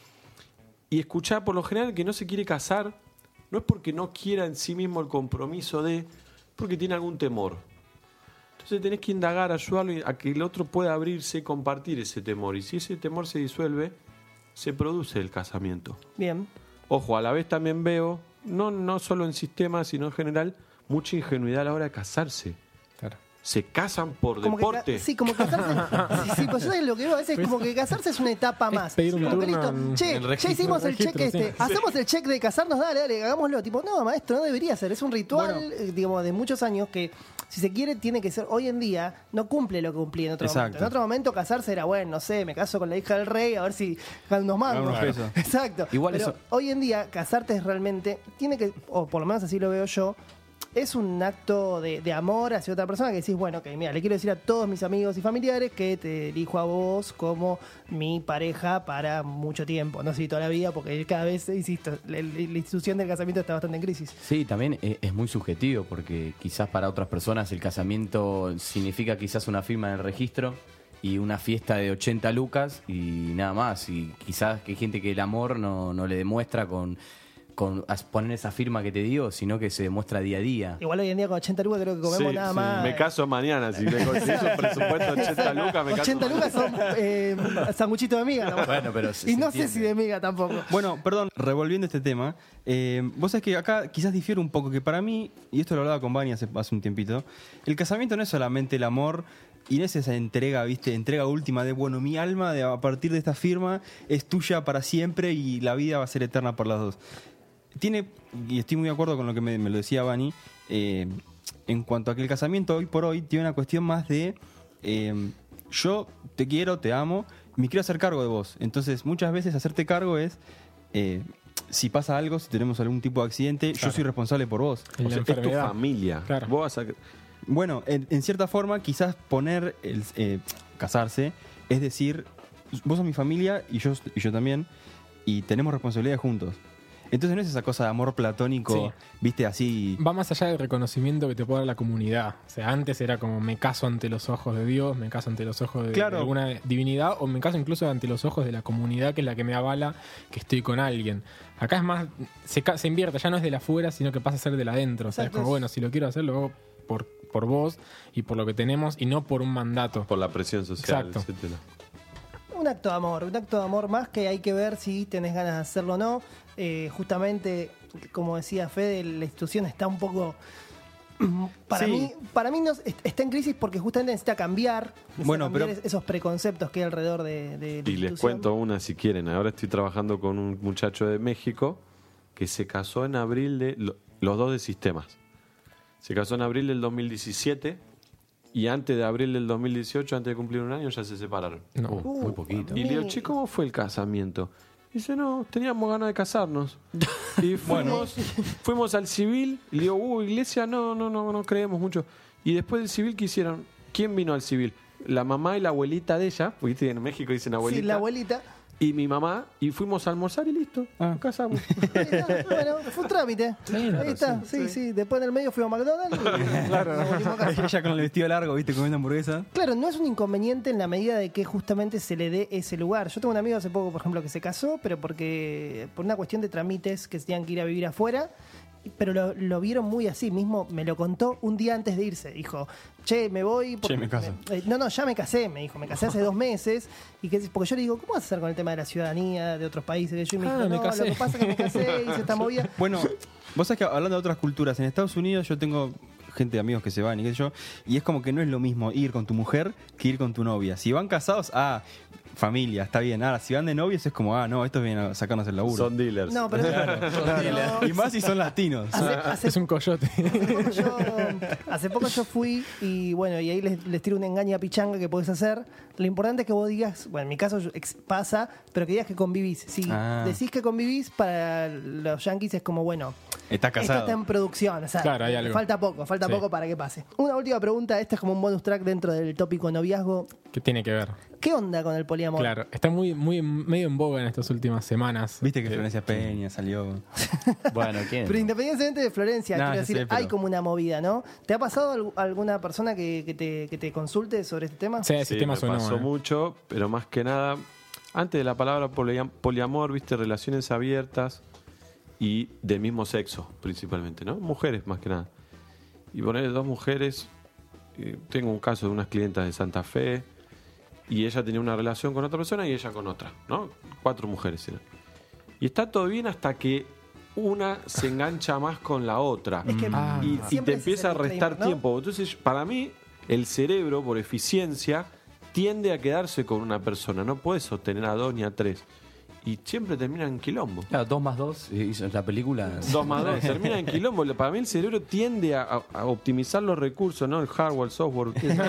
Y escuchar por lo general que no se quiere casar, no es porque no quiera en sí mismo el compromiso de, porque tiene algún temor. Entonces tenés que indagar, ayudarlo a que el otro pueda abrirse y compartir ese temor. Y si ese temor se disuelve, se produce el casamiento. Bien. Ojo, a la vez también veo, no, no solo en sistemas, sino en general, mucha ingenuidad a la hora de casarse. Claro. Se casan por Como que deporte. ca- sí, como casarse. sí, sí, pues yo lo que veo a veces es como que casarse es una etapa Es más. pedir un Como que turno listo, en- che, en ya registro, hicimos el registro, check sí. este. Hacemos el check de casarnos, dale, dale, hagámoslo. Tipo, no, maestro, no debería ser. Es un ritual, Bueno. eh, digamos, de muchos años que, si se quiere, tiene que ser. Hoy en día no cumple lo que cumplía en otro Exacto. momento. En otro momento casarse era, bueno, no sé, me caso con la hija del rey, a ver si ganan unos mangos. unos pesos. Exacto. Igual Pero eso- hoy en día, casarte es realmente, tiene que, o por lo menos así lo veo yo, es un acto de, de amor hacia otra persona que decís, bueno, ok, mira, le quiero decir a todos mis amigos y familiares que te elijo a vos como mi pareja para mucho tiempo, no sé si toda la vida, porque cada vez, insisto, la, la institución del casamiento está bastante en crisis. Sí, también e- es muy subjetivo porque quizás para otras personas el casamiento significa quizás una firma en el registro y una fiesta de ochenta lucas y nada más. Y quizás que hay gente que el amor no, no le demuestra con, con as- poner esa firma que te digo, sino que se demuestra día a día. Igual hoy en día con ochenta lucas creo que comemos Sí, nada sí. más. Me caso mañana. Si me consigo un presupuesto de ochenta lucas, me caso ochenta mañana. lucas son eh, sanguchitos de miga. ¿no? Bueno, pero se- y se no sé entiende. si de miga tampoco. Bueno, perdón, revolviendo este tema, eh, vos sabés que acá quizás difiere un poco, que para mí, y esto lo hablaba con Vani hace, hace un tiempito, el casamiento no es solamente el amor y no es esa entrega, ¿viste? Entrega última de, bueno, mi alma de, a partir de esta firma es tuya para siempre y la vida va a ser eterna por las dos. Tiene, y estoy muy de acuerdo con lo que me, me lo decía Vani, eh, en cuanto a que el casamiento hoy por hoy tiene una cuestión más de eh, yo te quiero, te amo, me quiero hacer cargo de vos. Entonces, muchas veces hacerte cargo es eh, si pasa algo, si tenemos algún tipo de accidente, yo Claro. soy responsable por vos. En O la sea, es tu enfermedad. familia. Claro. Vos vas a... Bueno, en, en cierta forma, quizás poner el eh, casarse es decir, vos sos mi familia y yo, y yo también, y tenemos responsabilidades juntos. Entonces no es esa cosa de amor platónico, Sí. viste, así. Va más allá del reconocimiento que te puede dar la comunidad. O sea, antes era como me caso ante los ojos de Dios, me caso ante los ojos de, Claro. de alguna divinidad, o me caso incluso ante los ojos de la comunidad, que es la que me avala que estoy con alguien. Acá es más, se, ca- se invierte, ya no es de la afuera, sino que pasa a ser de la adentro. O sea, es Exacto, como, es- bueno, si lo quiero hacer, lo hago por, por vos y por lo que tenemos y no por un mandato. Por la presión social, Exacto. etcétera. Un acto de amor, un acto de amor más que hay que ver si tenés ganas de hacerlo o no. Eh, justamente, como decía Fede, la institución está un poco... Para Sí. mí, para mí no, est- está en crisis porque justamente necesita cambiar, necesita Bueno, cambiar pero- esos preconceptos que hay alrededor de, de la Y les institución. cuento una si quieren. Ahora estoy trabajando con un muchacho de México que se casó en abril de... lo- los dos de sistemas. Se casó en abril del dos mil diecisiete y antes de abril del dos mil dieciocho, antes de cumplir un año, ya se separaron. No. Uh, muy poquito. Y le digo, che, ¿cómo fue el casamiento? Dice, no, teníamos ganas de casarnos. Y fuimos, fuimos al civil, y le digo, uh, iglesia, no, no, no, no creemos mucho. Y después del civil, ¿qué hicieron? ¿Quién vino al civil? La mamá y la abuelita de ella, porque viste, en México dicen abuelita. Sí, la abuelita. Y mi mamá, y fuimos a almorzar y listo, Ah. nos casamos. Ahí está, bueno, fue un trámite. Ahí está, sí, sí, Después en el medio fuimos a McDonald's y Claro, nos volvimos a casa. ella con el vestido largo, viste, comiendo hamburguesa. Claro, no es un inconveniente en la medida de que justamente se le dé ese lugar. Yo tengo un amigo hace poco, por ejemplo, que se casó, pero porque por una cuestión de trámites que se tenían que ir a vivir afuera, pero lo, lo vieron muy así mismo. Me lo contó un día antes de irse. Dijo, che, me voy. porque Che, me caso. eh, no, no, ya me casé, me dijo. Me casé hace dos meses. Y que, porque yo le digo, ¿cómo vas a hacer con el tema de la ciudadanía de otros países? Y yo me Ah, dijo, me no, casé. lo que pasa es que me casé, hice esta movida. Bueno, vos sabés que hablando de otras culturas, en Estados Unidos yo tengo gente, amigos que se van y qué sé yo, y es como que no es lo mismo ir con tu mujer que ir con tu novia. Si van casados, ah, familia, está bien. Ahora, si van de novios es como, ah, no, estos vienen a sacarnos el laburo. Son dealers. No, pero no. Y más si son latinos. Hace- hace- Es un coyote. Hace poco, yo, hace poco yo fui y bueno, y ahí les, les tiro una engaña pichanga que podés hacer. Lo importante es que vos digas, bueno, en mi caso yo- ex- pasa, pero que digas que convivís. Si Ah. decís que convivís, para los yanquis es como, bueno, Estás esto casado. está en producción. O sea, Claro, hay algo. falta poco, falta Sí. poco para que pase. Una última pregunta, este es como un bonus track dentro del tópico noviazgo. ¿Qué tiene que ver? ¿Qué onda con el poliamor? Claro, está muy, muy medio en boga en estas últimas semanas. Viste que Florencia Peña salió. Bueno, ¿quién? Pero independientemente de Florencia, No, quiero ya decir, sé, pero- hay como una movida, ¿no? ¿Te ha pasado al- alguna persona que, que te, que te consulte sobre este tema? Sí, el Sí, sistema me sonó. pasó ¿eh? mucho, pero más que nada, antes de la palabra poliam- poliamor, viste, relaciones abiertas y del mismo sexo, principalmente, ¿no? Mujeres, más que nada. Y poner dos mujeres, eh, tengo un caso de unas clientas de Santa Fe, y ella tenía una relación con otra persona y ella con otra, ¿no? Cuatro mujeres eran. Y está todo bien hasta que una se engancha más con la otra. Es que Ah. y, y siempre te ese es empieza a el restar disclaimer, ¿no? tiempo. Entonces, para mí, el cerebro, por eficiencia, tiende a quedarse con una persona. No puedes sostener a dos ni a tres. Y siempre termina en quilombo. Claro, dos más dos, eh, hizo la película. Dos más dos, termina en quilombo. Para mí el cerebro tiende a, a- a optimizar los recursos, ¿no? El hardware, el software.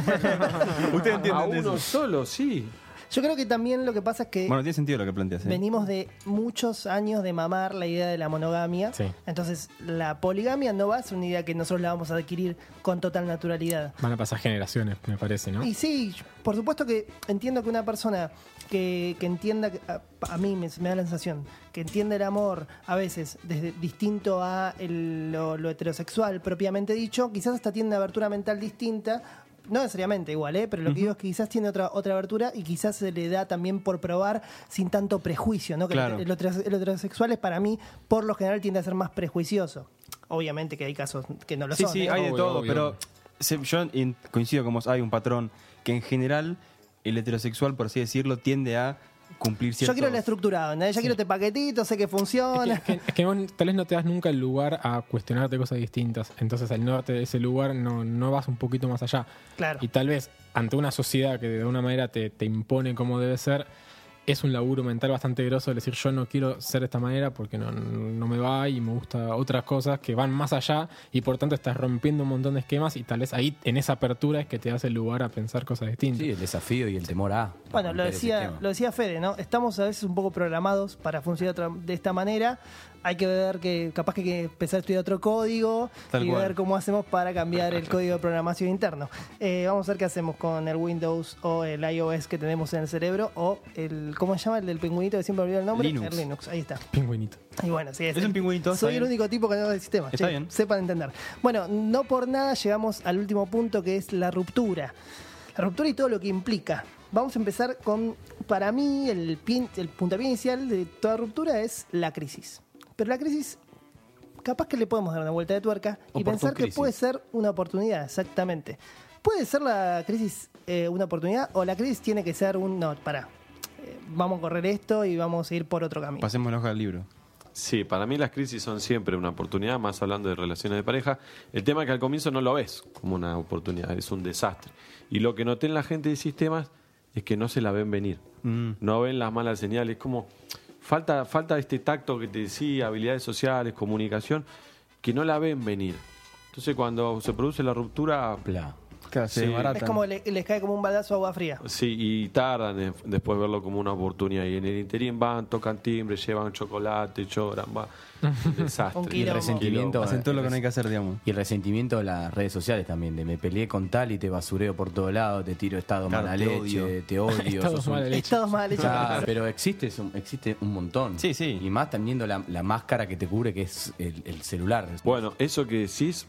Ustedes a entienden uno eso. solo, sí. Yo creo que también lo que pasa es que Bueno, tiene sentido lo que planteas. ¿eh? venimos de muchos años de mamar la idea de la monogamia. Sí. Entonces, la poligamia no va a ser una idea que nosotros la vamos a adquirir con total naturalidad. Van a pasar generaciones, me parece, ¿no? Y sí, por supuesto que entiendo que una persona que, que entienda, que- a, a mí me, me da la sensación, que entiende el amor a veces desde distinto a el- lo, lo heterosexual propiamente dicho, quizás hasta tiene una abertura mental distinta. No necesariamente igual, ¿eh? Pero lo que digo es que quizás tiene otra otra abertura y quizás se le da también por probar sin tanto prejuicio, ¿no? Que Claro. el, heteros- el heterosexual es para mí, por lo general, tiende a ser más prejuicioso. Obviamente que hay casos que no lo Sí, son. sí, ¿eh? hay de Obvio, todo, obvio. pero se- yo in- coincido con vos, hay un patrón que en general el heterosexual, por así decirlo, tiende a cumplir Yo ciertos... quiero el estructurado, ¿no? Yo quiero este paquetito, sé que funciona. Es que, es que vos tal vez no te das nunca el lugar a cuestionarte cosas distintas. Entonces, al no darte ese lugar, no, no vas un poquito más allá. Claro. Y tal vez, ante una sociedad que de alguna manera te, te impone cómo debe ser, es un laburo mental bastante grosso el decir yo no quiero ser de esta manera porque no, no me va y me gusta otras cosas que van más allá y por tanto estás rompiendo un montón de esquemas y tal vez ahí en esa apertura es que te das el lugar a pensar cosas distintas. Sí, el desafío y el temor a. Bueno, lo romper ese decía, esquema. lo decía Fede, ¿no? Estamos a veces un poco programados para funcionar otra- de esta manera. Hay que ver que capaz que hay que empezar a estudiar otro código Tal y cual. ver cómo hacemos para cambiar el código de programación interno. Eh, vamos a ver qué hacemos con el Windows o el iOS que tenemos en el cerebro o el, ¿cómo se llama? El del pingüinito que siempre olvido el nombre. Linux. El Linux, ahí está. Pingüinito. Y bueno, sí, Es un pingüinito, está Soy el bien. único tipo que no del sistema. Está che, bien. Sepan entender. Bueno, no por nada llegamos al último punto que es la ruptura. La ruptura y todo lo que implica. Vamos a empezar con, para mí, el, pin- el puntapié inicial de toda ruptura es la crisis. Pero la crisis, capaz que le podemos dar una vuelta de tuerca y Oportun pensar que crisis. puede ser una oportunidad, exactamente. ¿Puede ser la crisis eh, una oportunidad o la crisis tiene que ser un, no, pará, eh, vamos a correr esto y vamos a ir por otro camino? Pasemos la hoja del libro. Sí, para mí las crisis son siempre una oportunidad, más hablando de relaciones de pareja. El tema es que al comienzo no lo ves como una oportunidad, es un desastre. Y lo que noté en la gente de sistemas es que no se la ven venir. Mm. No ven las malas señales. Como falta, falta este tacto que te decía, habilidades sociales, comunicación, que no la ven venir. Entonces cuando se produce la ruptura, Pla. Claro, se Sí. desbaratan. Es como le- les cae como un baldazo de agua fría. sí, y tardan en después verlo como una oportunidad. Y en el interín van, tocan timbre, llevan chocolate, lloran, va. Un desastre. Un Y el quilombo. resentimiento. Hacen todo lo que no hay que hacer, digamos. Y el resentimiento de las redes sociales también, de me peleé con tal y te basureo por todos lados, te tiro estado Claro, mala te leche, odio. te odio. Estados sos un- mala leche. Estados mal hechos. Ah, pero existe, es un- existe un montón. Sí, sí. Y más teniendo la, la máscara que te cubre, que es el, el celular. Bueno, eso que decís,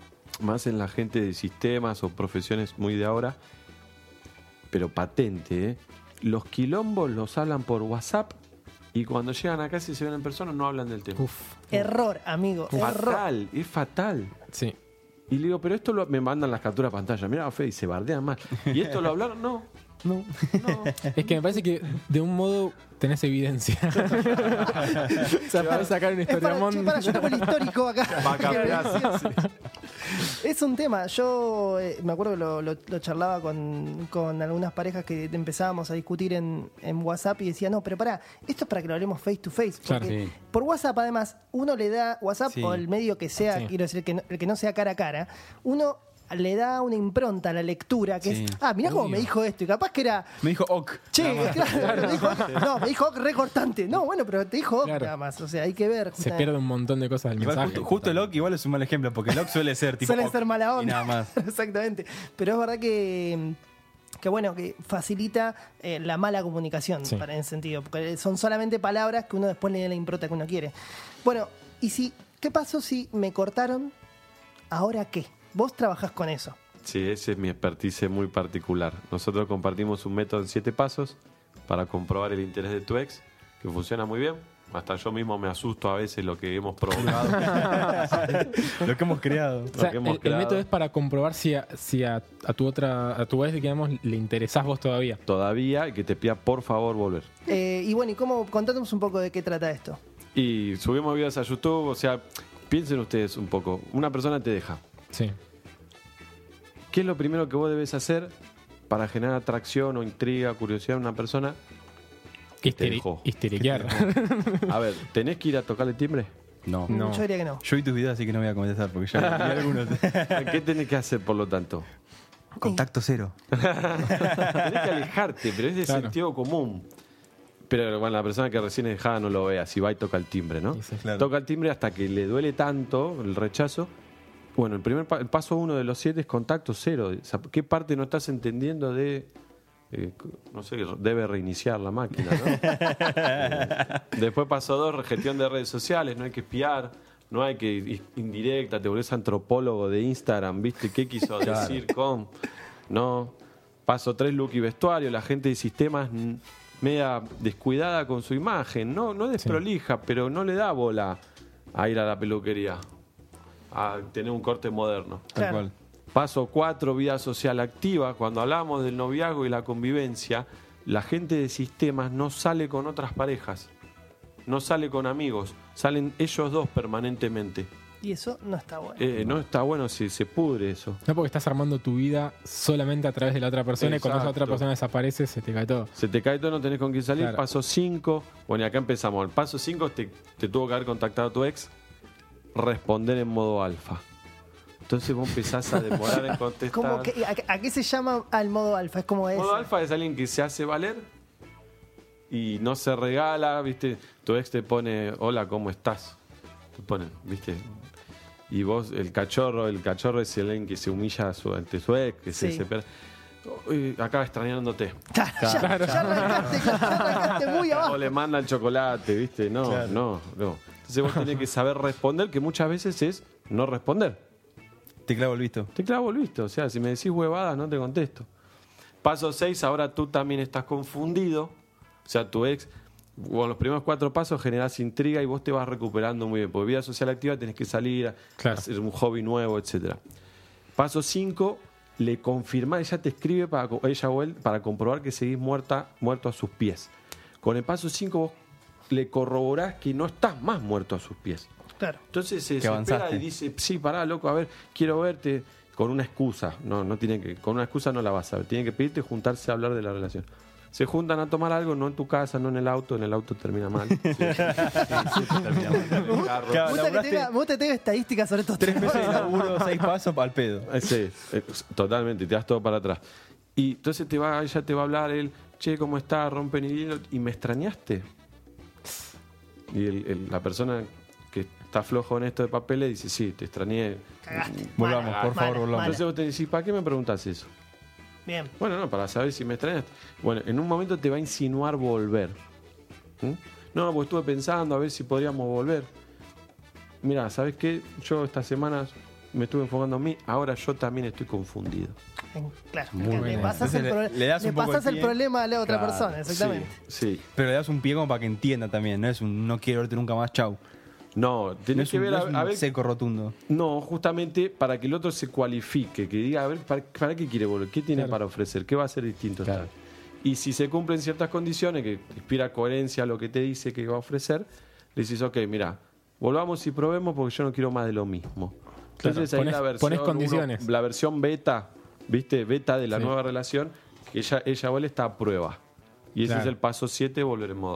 más en la gente de sistemas o profesiones muy de ahora, pero patente, ¿eh? Los quilombos los hablan por WhatsApp y cuando llegan a casa y se ven en persona no hablan del tema. Uf. Error, amigo. Error. Fatal, es fatal. Sí. Y le digo, pero esto lo- me mandan las capturas de pantalla. Mira, Fede, y se bardean más. ¿Y esto lo hablaron? No. No. No. Es que me parece que de un modo tenés evidencia. o sea, para sacar un Es para, historiamón. che, para, yo tengo el histórico acá. Va a cambiar. Es un tema. Yo eh, me acuerdo que lo, lo- lo charlaba con, con algunas parejas que empezábamos a discutir en, en WhatsApp y decía, no, pero pará, esto es para que lo hablemos face to face. Claro. Porque Sí. por WhatsApp, además, uno le da WhatsApp Sí. o el medio que sea, Sí. quiero decir, que no- el que no sea cara a cara, uno le da una impronta a la lectura que Sí. es, ah, mirá cómo me dijo esto, y capaz que era, Me dijo ok. che, claro, me dijo, no, me dijo recortante. No, bueno, pero te dijo Claro. nada más. O sea, hay que ver. Se justamente. pierde un montón de cosas del Igual mensaje. justo, justo el ok igual es un mal ejemplo, porque el ok suele ser tipo Suele ok ser mala y onda. nada más. Exactamente. Pero es verdad que, que bueno, que facilita eh, la mala comunicación Sí. para en ese sentido. Porque son solamente palabras que uno después le da la impronta que uno quiere. Bueno, y si, ¿qué pasó si me cortaron? ¿Ahora qué? Vos trabajás con eso. Sí, ese es mi expertise muy particular. Nosotros compartimos un método en siete pasos para comprobar el interés de tu ex, que funciona muy bien. Hasta yo mismo me asusto a veces lo que hemos probado. Lo que hemos creado. O Lo sea, que el, hemos el creado. método es para comprobar si a, si a, a tu otra a tu ex, digamos, le interesás vos todavía. Todavía, y que te pida por favor volver. Eh, y bueno, ¿y cómo? Contanos un poco de qué trata esto. Y subimos videos a YouTube, o sea, piensen ustedes un poco. Una persona te deja. Sí. ¿Qué es lo primero que vos debes hacer para generar atracción o intriga, curiosidad en una persona? Te Histeri- dejó. histeriquear. A ver, ¿tenés que ir a tocarle timbre? No. No. Yo diría que no. Yo vi tus videos, así que no voy a contestar, porque ya vi algunos. ¿Qué tenés que hacer, por lo tanto? Contacto cero. Tenés que alejarte, pero es de Claro. sentido común. Pero bueno, la persona que recién es dejada no lo vea, si va y toca el timbre, ¿no? Sí, sí. Claro. Toca el timbre hasta que le duele tanto el rechazo. Bueno, el primer pa- el paso uno de los siete es contacto cero. O sea, ¿qué parte no estás entendiendo de... eh, no sé, debe reiniciar la máquina, ¿no? Eh, después paso dos, gestión de redes sociales, no hay que espiar, no hay que indirecta, te volvés antropólogo de Instagram, ¿viste? ¿Qué quiso decir con? No. Paso tres, look y vestuario, la gente de sistemas mm, media descuidada con su imagen, no, no desprolija, pero no le da bola a ir a la peluquería, a tener un corte moderno. Tal Claro. cual. Paso cuatro, vida social activa. Cuando hablamos del noviazgo y la convivencia, la gente de sistemas no sale con otras parejas, no sale con amigos, salen ellos dos permanentemente. Y eso no está bueno. Eh, no está bueno si se pudre eso. No porque estás armando tu vida solamente a través de la otra persona y cuando esa otra Exacto. persona desaparece se te cae todo. Se te cae todo, no tenés con quién salir. Claro. Paso cinco. Bueno, y acá empezamos. El paso cinco te, te tuvo que haber contactado a tu ex. Responder en modo alfa. Entonces vos empezás a demorar en contestar. ¿Cómo que- a, a qué se llama al modo alfa? Es como es. Modo alfa es alguien que se hace valer y no se regala, ¿viste? Tu ex te pone, hola, ¿cómo estás? Te ponen, ¿viste? Y vos, el cachorro, el cachorro es alguien que se humilla a su- ante su ex, que se Sí. separa. Uy, acaba extrañándote. Ya, ya, ya arrancaste, ya arrancaste muy abajo. O le manda el chocolate, ¿viste? No, no, no. Entonces vos tenés que saber responder, que muchas veces es no responder. Te clavo el visto. Te clavo el visto. O sea, si me decís huevadas, no te contesto. Paso seis, ahora tú también estás confundido. O sea, tu ex, con los primeros cuatro pasos generás intriga y vos te vas recuperando muy bien. Porque vida social activa tenés que salir a Claro. hacer un hobby nuevo, etcétera. Paso cinco, le confirmás, ella te escribe para, co- ella o él para comprobar que seguís muerta, muerto a sus pies. Con el paso cinco vos le corroborás que no estás más muerto a sus pies. Claro. Entonces se Que desespera avanzaste. y dice, sí, pará, loco, a ver, quiero verte con una excusa. No, no tiene que, con una excusa no la vas a ver. Tiene que pedirte juntarse a hablar de la relación. Se juntan a tomar algo, no en tu casa, no en el auto, en el auto termina mal. Sí. Sí, siempre termina mal. En el carro. Claro, Me gusta que laburaste tenga, me gusta que tenga estadísticas sobre estos Tres temas. meses de laburo, seis pasos al pedo. Eh, Sí, eh, totalmente, te das todo para atrás. Y entonces te va, ella te va a hablar, él, che, ¿cómo estás? Rompen y hielo, y me extrañaste. Y el- el- la persona que está flojo en esto de papeles dice, sí, te extrañé. Cagaste. Volvamos, Mala, por favor, mala, volvamos. mala. Entonces vos te decís, ¿para qué me preguntás eso? Bien. Bueno, no, para saber si me extrañaste. Bueno, en un momento te va a insinuar volver. ¿Mm? No, pues estuve pensando a ver si podríamos volver. Mira, ¿sabes qué? Yo estas semanas me estuve enfocando en mí, ahora yo también estoy confundido. En- Claro. Muy le bien. pasas, el, Entonces pro- le- le das le un poco pasas el el pie. problema a la otra Claro. persona, exactamente. Sí, sí. Pero le das un pie como para que entienda también. No es un no quiero verte nunca más, chau. No, No tenés es que un, ver, no a, es un a ver. seco rotundo. No, justamente para que el otro se cualifique, que diga, a ver, ¿para, para qué quiere volver? ¿Qué tiene Claro. para ofrecer? ¿Qué va a ser distinto? esta Claro. vez? Y si se cumplen ciertas condiciones, que inspira coherencia a lo que te dice que va a ofrecer, le dices, ok, mira, volvamos y probemos porque yo no quiero más de lo mismo. Entonces Claro, ahí pones- la versión pones uno- condiciones. la versión beta, ¿viste? Beta de la Sí. nueva relación, que ella, ella o él está a prueba. Y ese Claro. es el paso siete, volver en modo alfa.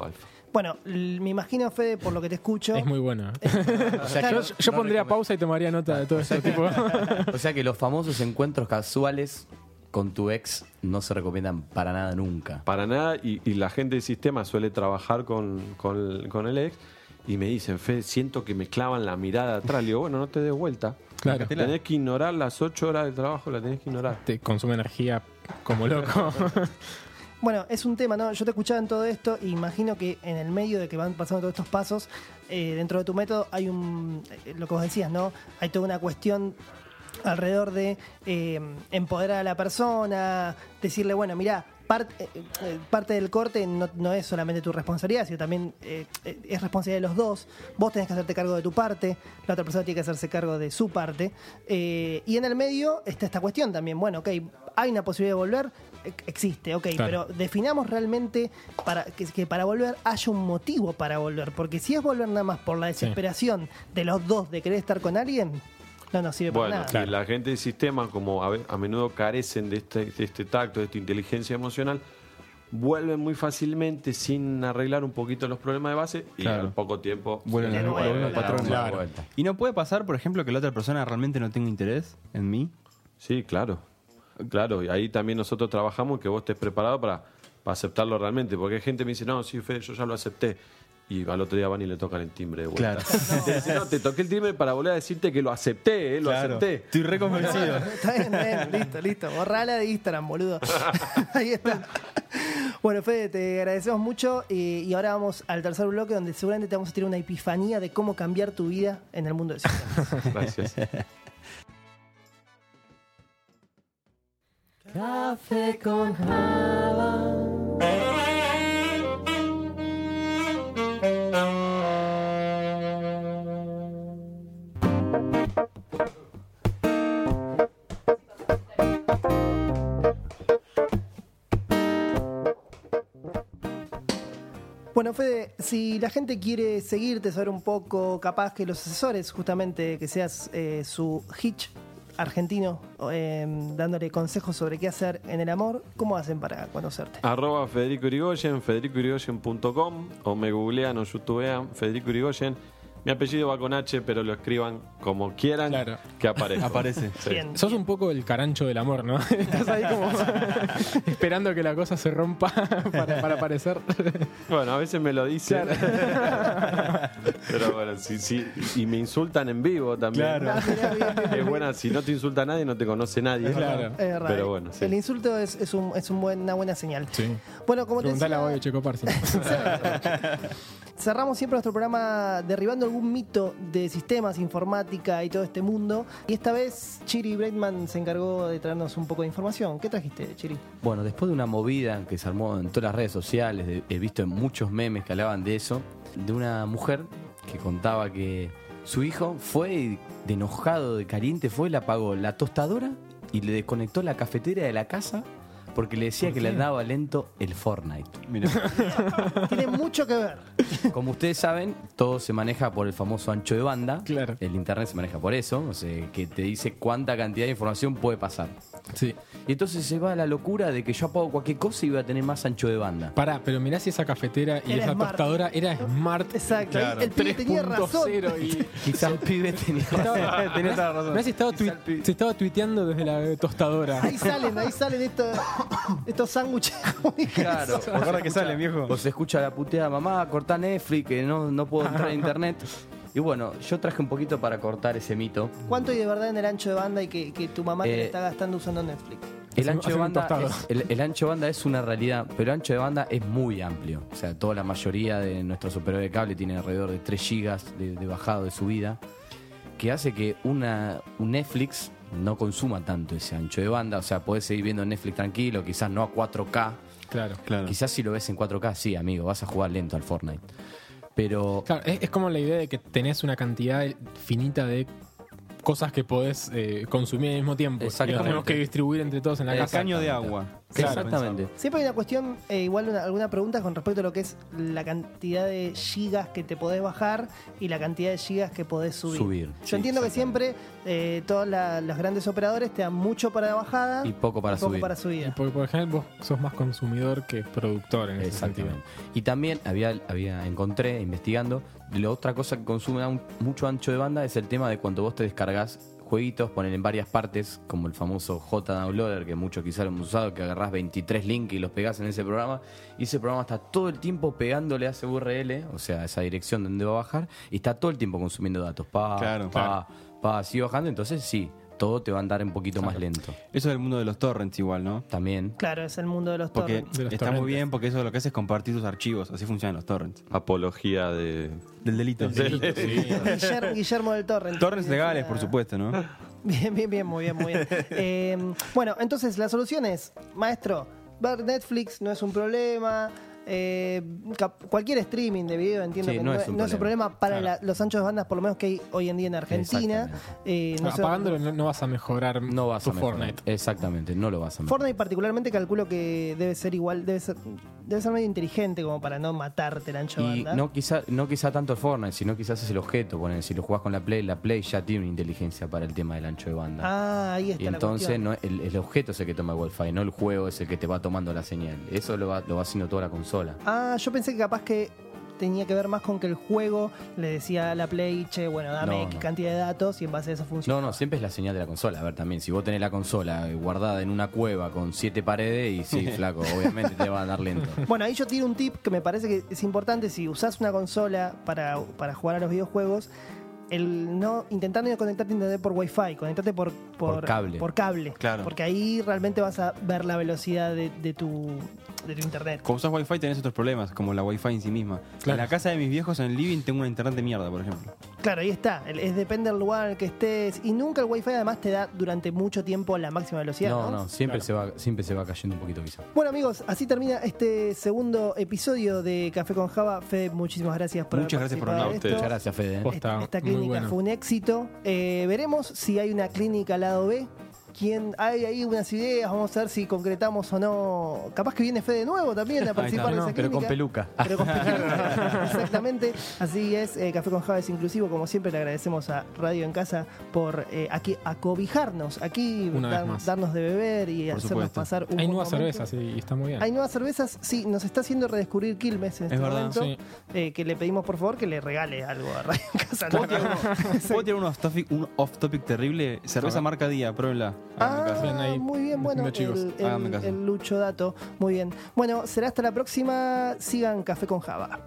Bueno, l- me imagino, Fede, por lo que te escucho. Es muy bueno. O sea, Yo, que, yo pondría pausa y tomaría nota de todo esto. Tipo. o sea que los famosos encuentros casuales con tu ex no se recomiendan para nada nunca. Para nada, y, y la gente del sistema suele trabajar con, con, con el ex y me dicen, Fe, siento que me clavan la mirada atrás. Le digo, bueno, no te des vuelta. Claro. Tenés que ignorar las ocho horas de trabajo, la tenés que ignorar. Te consume energía como loco. Bueno, es un tema, ¿no? Yo te escuchaba en todo esto e imagino que en el medio de que van pasando todos estos pasos, eh, dentro de tu método hay un, eh, lo que vos decías, ¿no? Hay toda una cuestión alrededor de eh, empoderar a la persona, decirle, bueno, mirá, part- eh, eh, parte del corte no, no es solamente tu responsabilidad, sino también eh, eh, es responsabilidad de los dos. Vos tenés que hacerte cargo de tu parte, la otra persona tiene que hacerse cargo de su parte. Eh, y en el medio está esta cuestión también, bueno, ok, hay una posibilidad de volver, eh, existe, ok, Claro. pero definamos realmente para que, que para volver haya un motivo para volver, porque si es volver nada más por la desesperación de los dos de querer estar con alguien, no nos sirve Bueno, para nada. y la gente del sistema, como a, ve- a menudo carecen de este, de este tacto, de esta inteligencia emocional, vuelven muy fácilmente sin arreglar un poquito los problemas de base y Claro. al poco tiempo Vuelven De a nuevo, vuelven al claro. patrón. Claro. ¿Y no puede pasar, por ejemplo, que la otra persona realmente no tenga interés en mí? Sí, claro. Claro, y ahí también nosotros trabajamos que vos estés preparado para, para aceptarlo realmente. Porque hay gente que me dice, no, sí, Fede, yo ya lo acepté. Y al otro día van y le tocan el timbre de vuelta. Claro. Te dice, no, te toqué el timbre para volver a decirte que lo acepté, eh, lo Claro. acepté. Estoy reconvencido. Está bien, está bien, listo, listo. Borrala de Instagram, boludo. Ahí está. Bueno, Fede, te agradecemos mucho y, y ahora vamos al tercer bloque donde seguramente te vamos a tirar una epifanía de cómo cambiar tu vida en el mundo del sistemas. Gracias. Café con Java. Bueno, Fede, si la gente quiere seguirte, saber un poco, capaz que los asesores, justamente que seas eh, su hitch argentino, eh, dándole consejos sobre qué hacer en el amor, ¿cómo hacen para conocerte? Arroba Federico Irigoyen, federico irigoyen punto com, o me googlean o youtubean Federico Irigoyen. Mi apellido va con H, pero lo escriban como quieran, Claro. que aparezca. Aparece. Sí. Bien. Sos un poco el carancho del amor, ¿no? Estás ahí como esperando que la cosa se rompa para, para aparecer. Bueno, a veces me lo dicen. Pero bueno, sí, sí. Y me insultan en vivo también. Claro. Ah, mirá, bien, bien, Es bien. buena, si no te insulta nadie, no te conoce nadie. Claro. Es verdad. Pero bueno, sí. El insulto es, es, un, es un buen- una buena señal. Sí. Bueno, como te Preguntale a decía, Boyo Checo Parsi. cerramos siempre nuestro programa derribando algún mito de sistemas, informática y todo este mundo. Y esta vez Chiri Breitman se encargó de traernos un poco de información. ¿Qué trajiste, Chiri? Bueno, después de una movida que se armó en todas las redes sociales, de- he visto en muchos memes que hablaban de eso, de una mujer que contaba que su hijo fue y de enojado, de caliente, fue y le apagó la tostadora y le desconectó la cafetera de la casa porque le decía que le daba lento el Fortnite. Mira. Tiene mucho que ver. Como ustedes saben, todo se maneja por el famoso ancho de banda. Claro. El internet se maneja por eso, o sea, que te dice cuánta cantidad de información puede pasar. Sí. Y entonces se va a la locura de que yo apago cualquier cosa y voy a tener más ancho de banda. Pará, pero mirá si esa cafetera y Era esa smart. tostadora era Smart. Exacto. El pibe tenía razón. tres punto cero y Quizá el pibe tenía... estaba, Tenés toda la razón. mirá si estaba tui- se estaba tuiteando desde la tostadora. Ahí salen, ahí salen estos, estos sándwiches. Claro. Recuerda que sale, viejo. O se escucha la puteada, mamá, cortá Netflix, que no, no puedo entrar a internet. Y bueno, yo traje un poquito para cortar ese mito. ¿Cuánto hay de verdad en el ancho de banda y que, que tu mamá te Eh, le está gastando usando Netflix? El Hace- ancho, de hace un banda tostado. es, el, el ancho de banda es una realidad, pero el ancho de banda es muy amplio. O sea, toda la mayoría de nuestros operadores de cable tienen alrededor de tres gigas de, de bajado de subida, que hace que una, un Netflix no consuma tanto ese ancho de banda. O sea, podés seguir viendo Netflix tranquilo, quizás no a cuatro K. Claro. Claro. Quizás si lo ves en cuatro K, sí, amigo, vas a jugar lento al Fortnite. Pero Claro, es, es como la idea de que tenés una cantidad finita de cosas que podés eh, consumir al mismo tiempo. Y Exactamente. los tenemos que distribuir entre todos en la El casa. caño de Exactamente. agua. Claro, Exactamente. Siempre hay una cuestión, eh, igual una- alguna pregunta con respecto a lo que es la cantidad de gigas que te podés bajar y la cantidad de gigas que podés subir. Subir, Yo sí, entiendo que siempre eh, todos la- los grandes operadores te dan mucho para bajada Y poco para y poco subir. para subida. Porque por ejemplo vos sos más consumidor que productor en ese sentido. Exactamente. Y también había, había encontré, investigando, la otra cosa que consume un- mucho ancho de banda es el tema de cuando vos te descargas jueguitos, poner en varias partes, como el famoso J-Downloader, que muchos quizás lo hemos usado, que agarrás veintitrés links y los pegás en ese programa, y ese programa está todo el tiempo pegándole a ese U R L, o sea, a esa dirección donde va a bajar, y está todo el tiempo consumiendo datos. Pa, Claro, pa, pa, sigue bajando, entonces sí, todo te va a andar un poquito más lento. Eso es el mundo de los torrents igual, ¿no? También. Claro, es el mundo de los Porque torrents. De los está torrentes. muy bien porque eso lo que hace es compartir tus archivos. Así funcionan los torrents. Apología de... Del delito. Guillermo, Guillermo del Torrent. Torrents legales, por supuesto, ¿no? Bien, bien, bien, muy bien, muy bien. Eh, bueno, entonces la solución es, maestro, ver Netflix no es un problema. eh, cap- cualquier streaming de video entiendo Sí, que no no, es un no es un problema para Claro. la- los anchos de bandas, por lo menos que hay hoy en día en Argentina. Eh, no sé- Apagándolo no, no vas a mejorar No vas tu a mejorar. Fortnite. Exactamente, no lo vas a mejorar. Fortnite particularmente calculo que debe ser igual, debe ser, debe ser medio inteligente como para no matarte el ancho de Y banda. no quizá, no quizá tanto el Fortnite, sino quizás es el objeto. Poner, si lo jugás con la Play, la Play ya tiene una inteligencia para el tema del ancho de banda. Ah, ahí está y la entonces cuestión. no, el, el objeto es el que toma el Wi-Fi, no el juego es el que te va tomando la señal. Eso lo va, lo va haciendo toda la consola. Ah, yo pensé que capaz que tenía que ver más con que el juego le decía a la Play, che, bueno, dame No, X no. cantidad de datos y en base a eso funciona. No, no, siempre es la señal de la consola. A ver, también, si vos tenés la consola guardada en una cueva con siete paredes, y sí, flaco, obviamente te va a dar lento. Bueno, ahí yo tiro un tip que me parece que es importante si usás una consola para, para jugar a los videojuegos. El no intentar no conectarte a internet por Wi-Fi, conectarte por, Por cable. por cable. Claro. Porque ahí realmente vas a ver la velocidad de, de tu, de tu internet. Como usas Wi-Fi tenés otros problemas, como la Wi-Fi en sí misma. Claro. En la casa de mis viejos en el living tengo una internet de mierda, por ejemplo. Claro, ahí está. El- Es depende del lugar en el que estés. Y nunca el Wi-Fi además te da durante mucho tiempo la máxima velocidad. No, No, no, siempre, Claro. se va, siempre se va cayendo un poquito quizá. Bueno amigos, así termina este segundo episodio de Café con Java. Fede, muchísimas gracias por Muchas haber gracias por participado venir. de esto. Muchas gracias, Fede. ¿eh? Posta, Esta, esta muy clínica bueno. fue un éxito. Eh, veremos si hay una clínica lado B. ¿Quién, hay ahí unas ideas, vamos a ver si concretamos o no. Capaz que viene Fede de nuevo también a participar de está. esa Pero con clínica. peluca. Pero con peluca. Exactamente. Así es, eh, Café con Java es inclusivo. Como siempre, le agradecemos a Radio en Casa por eh, aquí acobijarnos, aquí Una vez dar- más. darnos de beber y Por hacernos supuesto. pasar un Hay buen nuevas momento. cervezas y, y está muy bien. Hay nuevas cervezas, sí, nos está haciendo redescubrir Quilmes en Es este verdad, momento. sí. Eh, que le pedimos por favor que le regale algo a Radio en Casa. ¿Puedo No, tirar, no. uno- ¿puedo tirar un off-topic un off-topic terrible? Cerveza A ver. marca Día, pruébenla. Háganme caso. Bien Ah, ahí, muy bien, bueno, metiendo chivos. el, el- Háganme caso. el Lucho Dato, muy bien. Bueno, será hasta la próxima. Sigan Café con Java.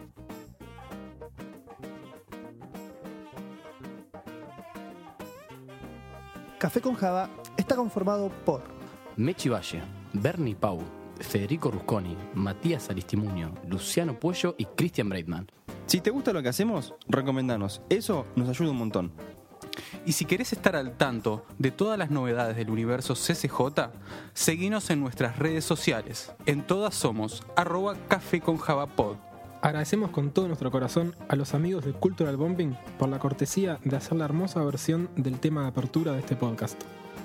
Café con Java está conformado por Mechi Valle, Bernie Pau, Federico Rusconi, Matías Aristimuño, Luciano Puello y Christian Breitman. Si te gusta lo que hacemos, recomendanos. Eso nos ayuda un montón. Y si querés estar al tanto de todas las novedades del universo C C J, seguinos en nuestras redes sociales. En todas somos arroba café con Java Pod. Agradecemos con todo nuestro corazón a los amigos de Cultural Bombing por la cortesía de hacer la hermosa versión del tema de apertura de este podcast.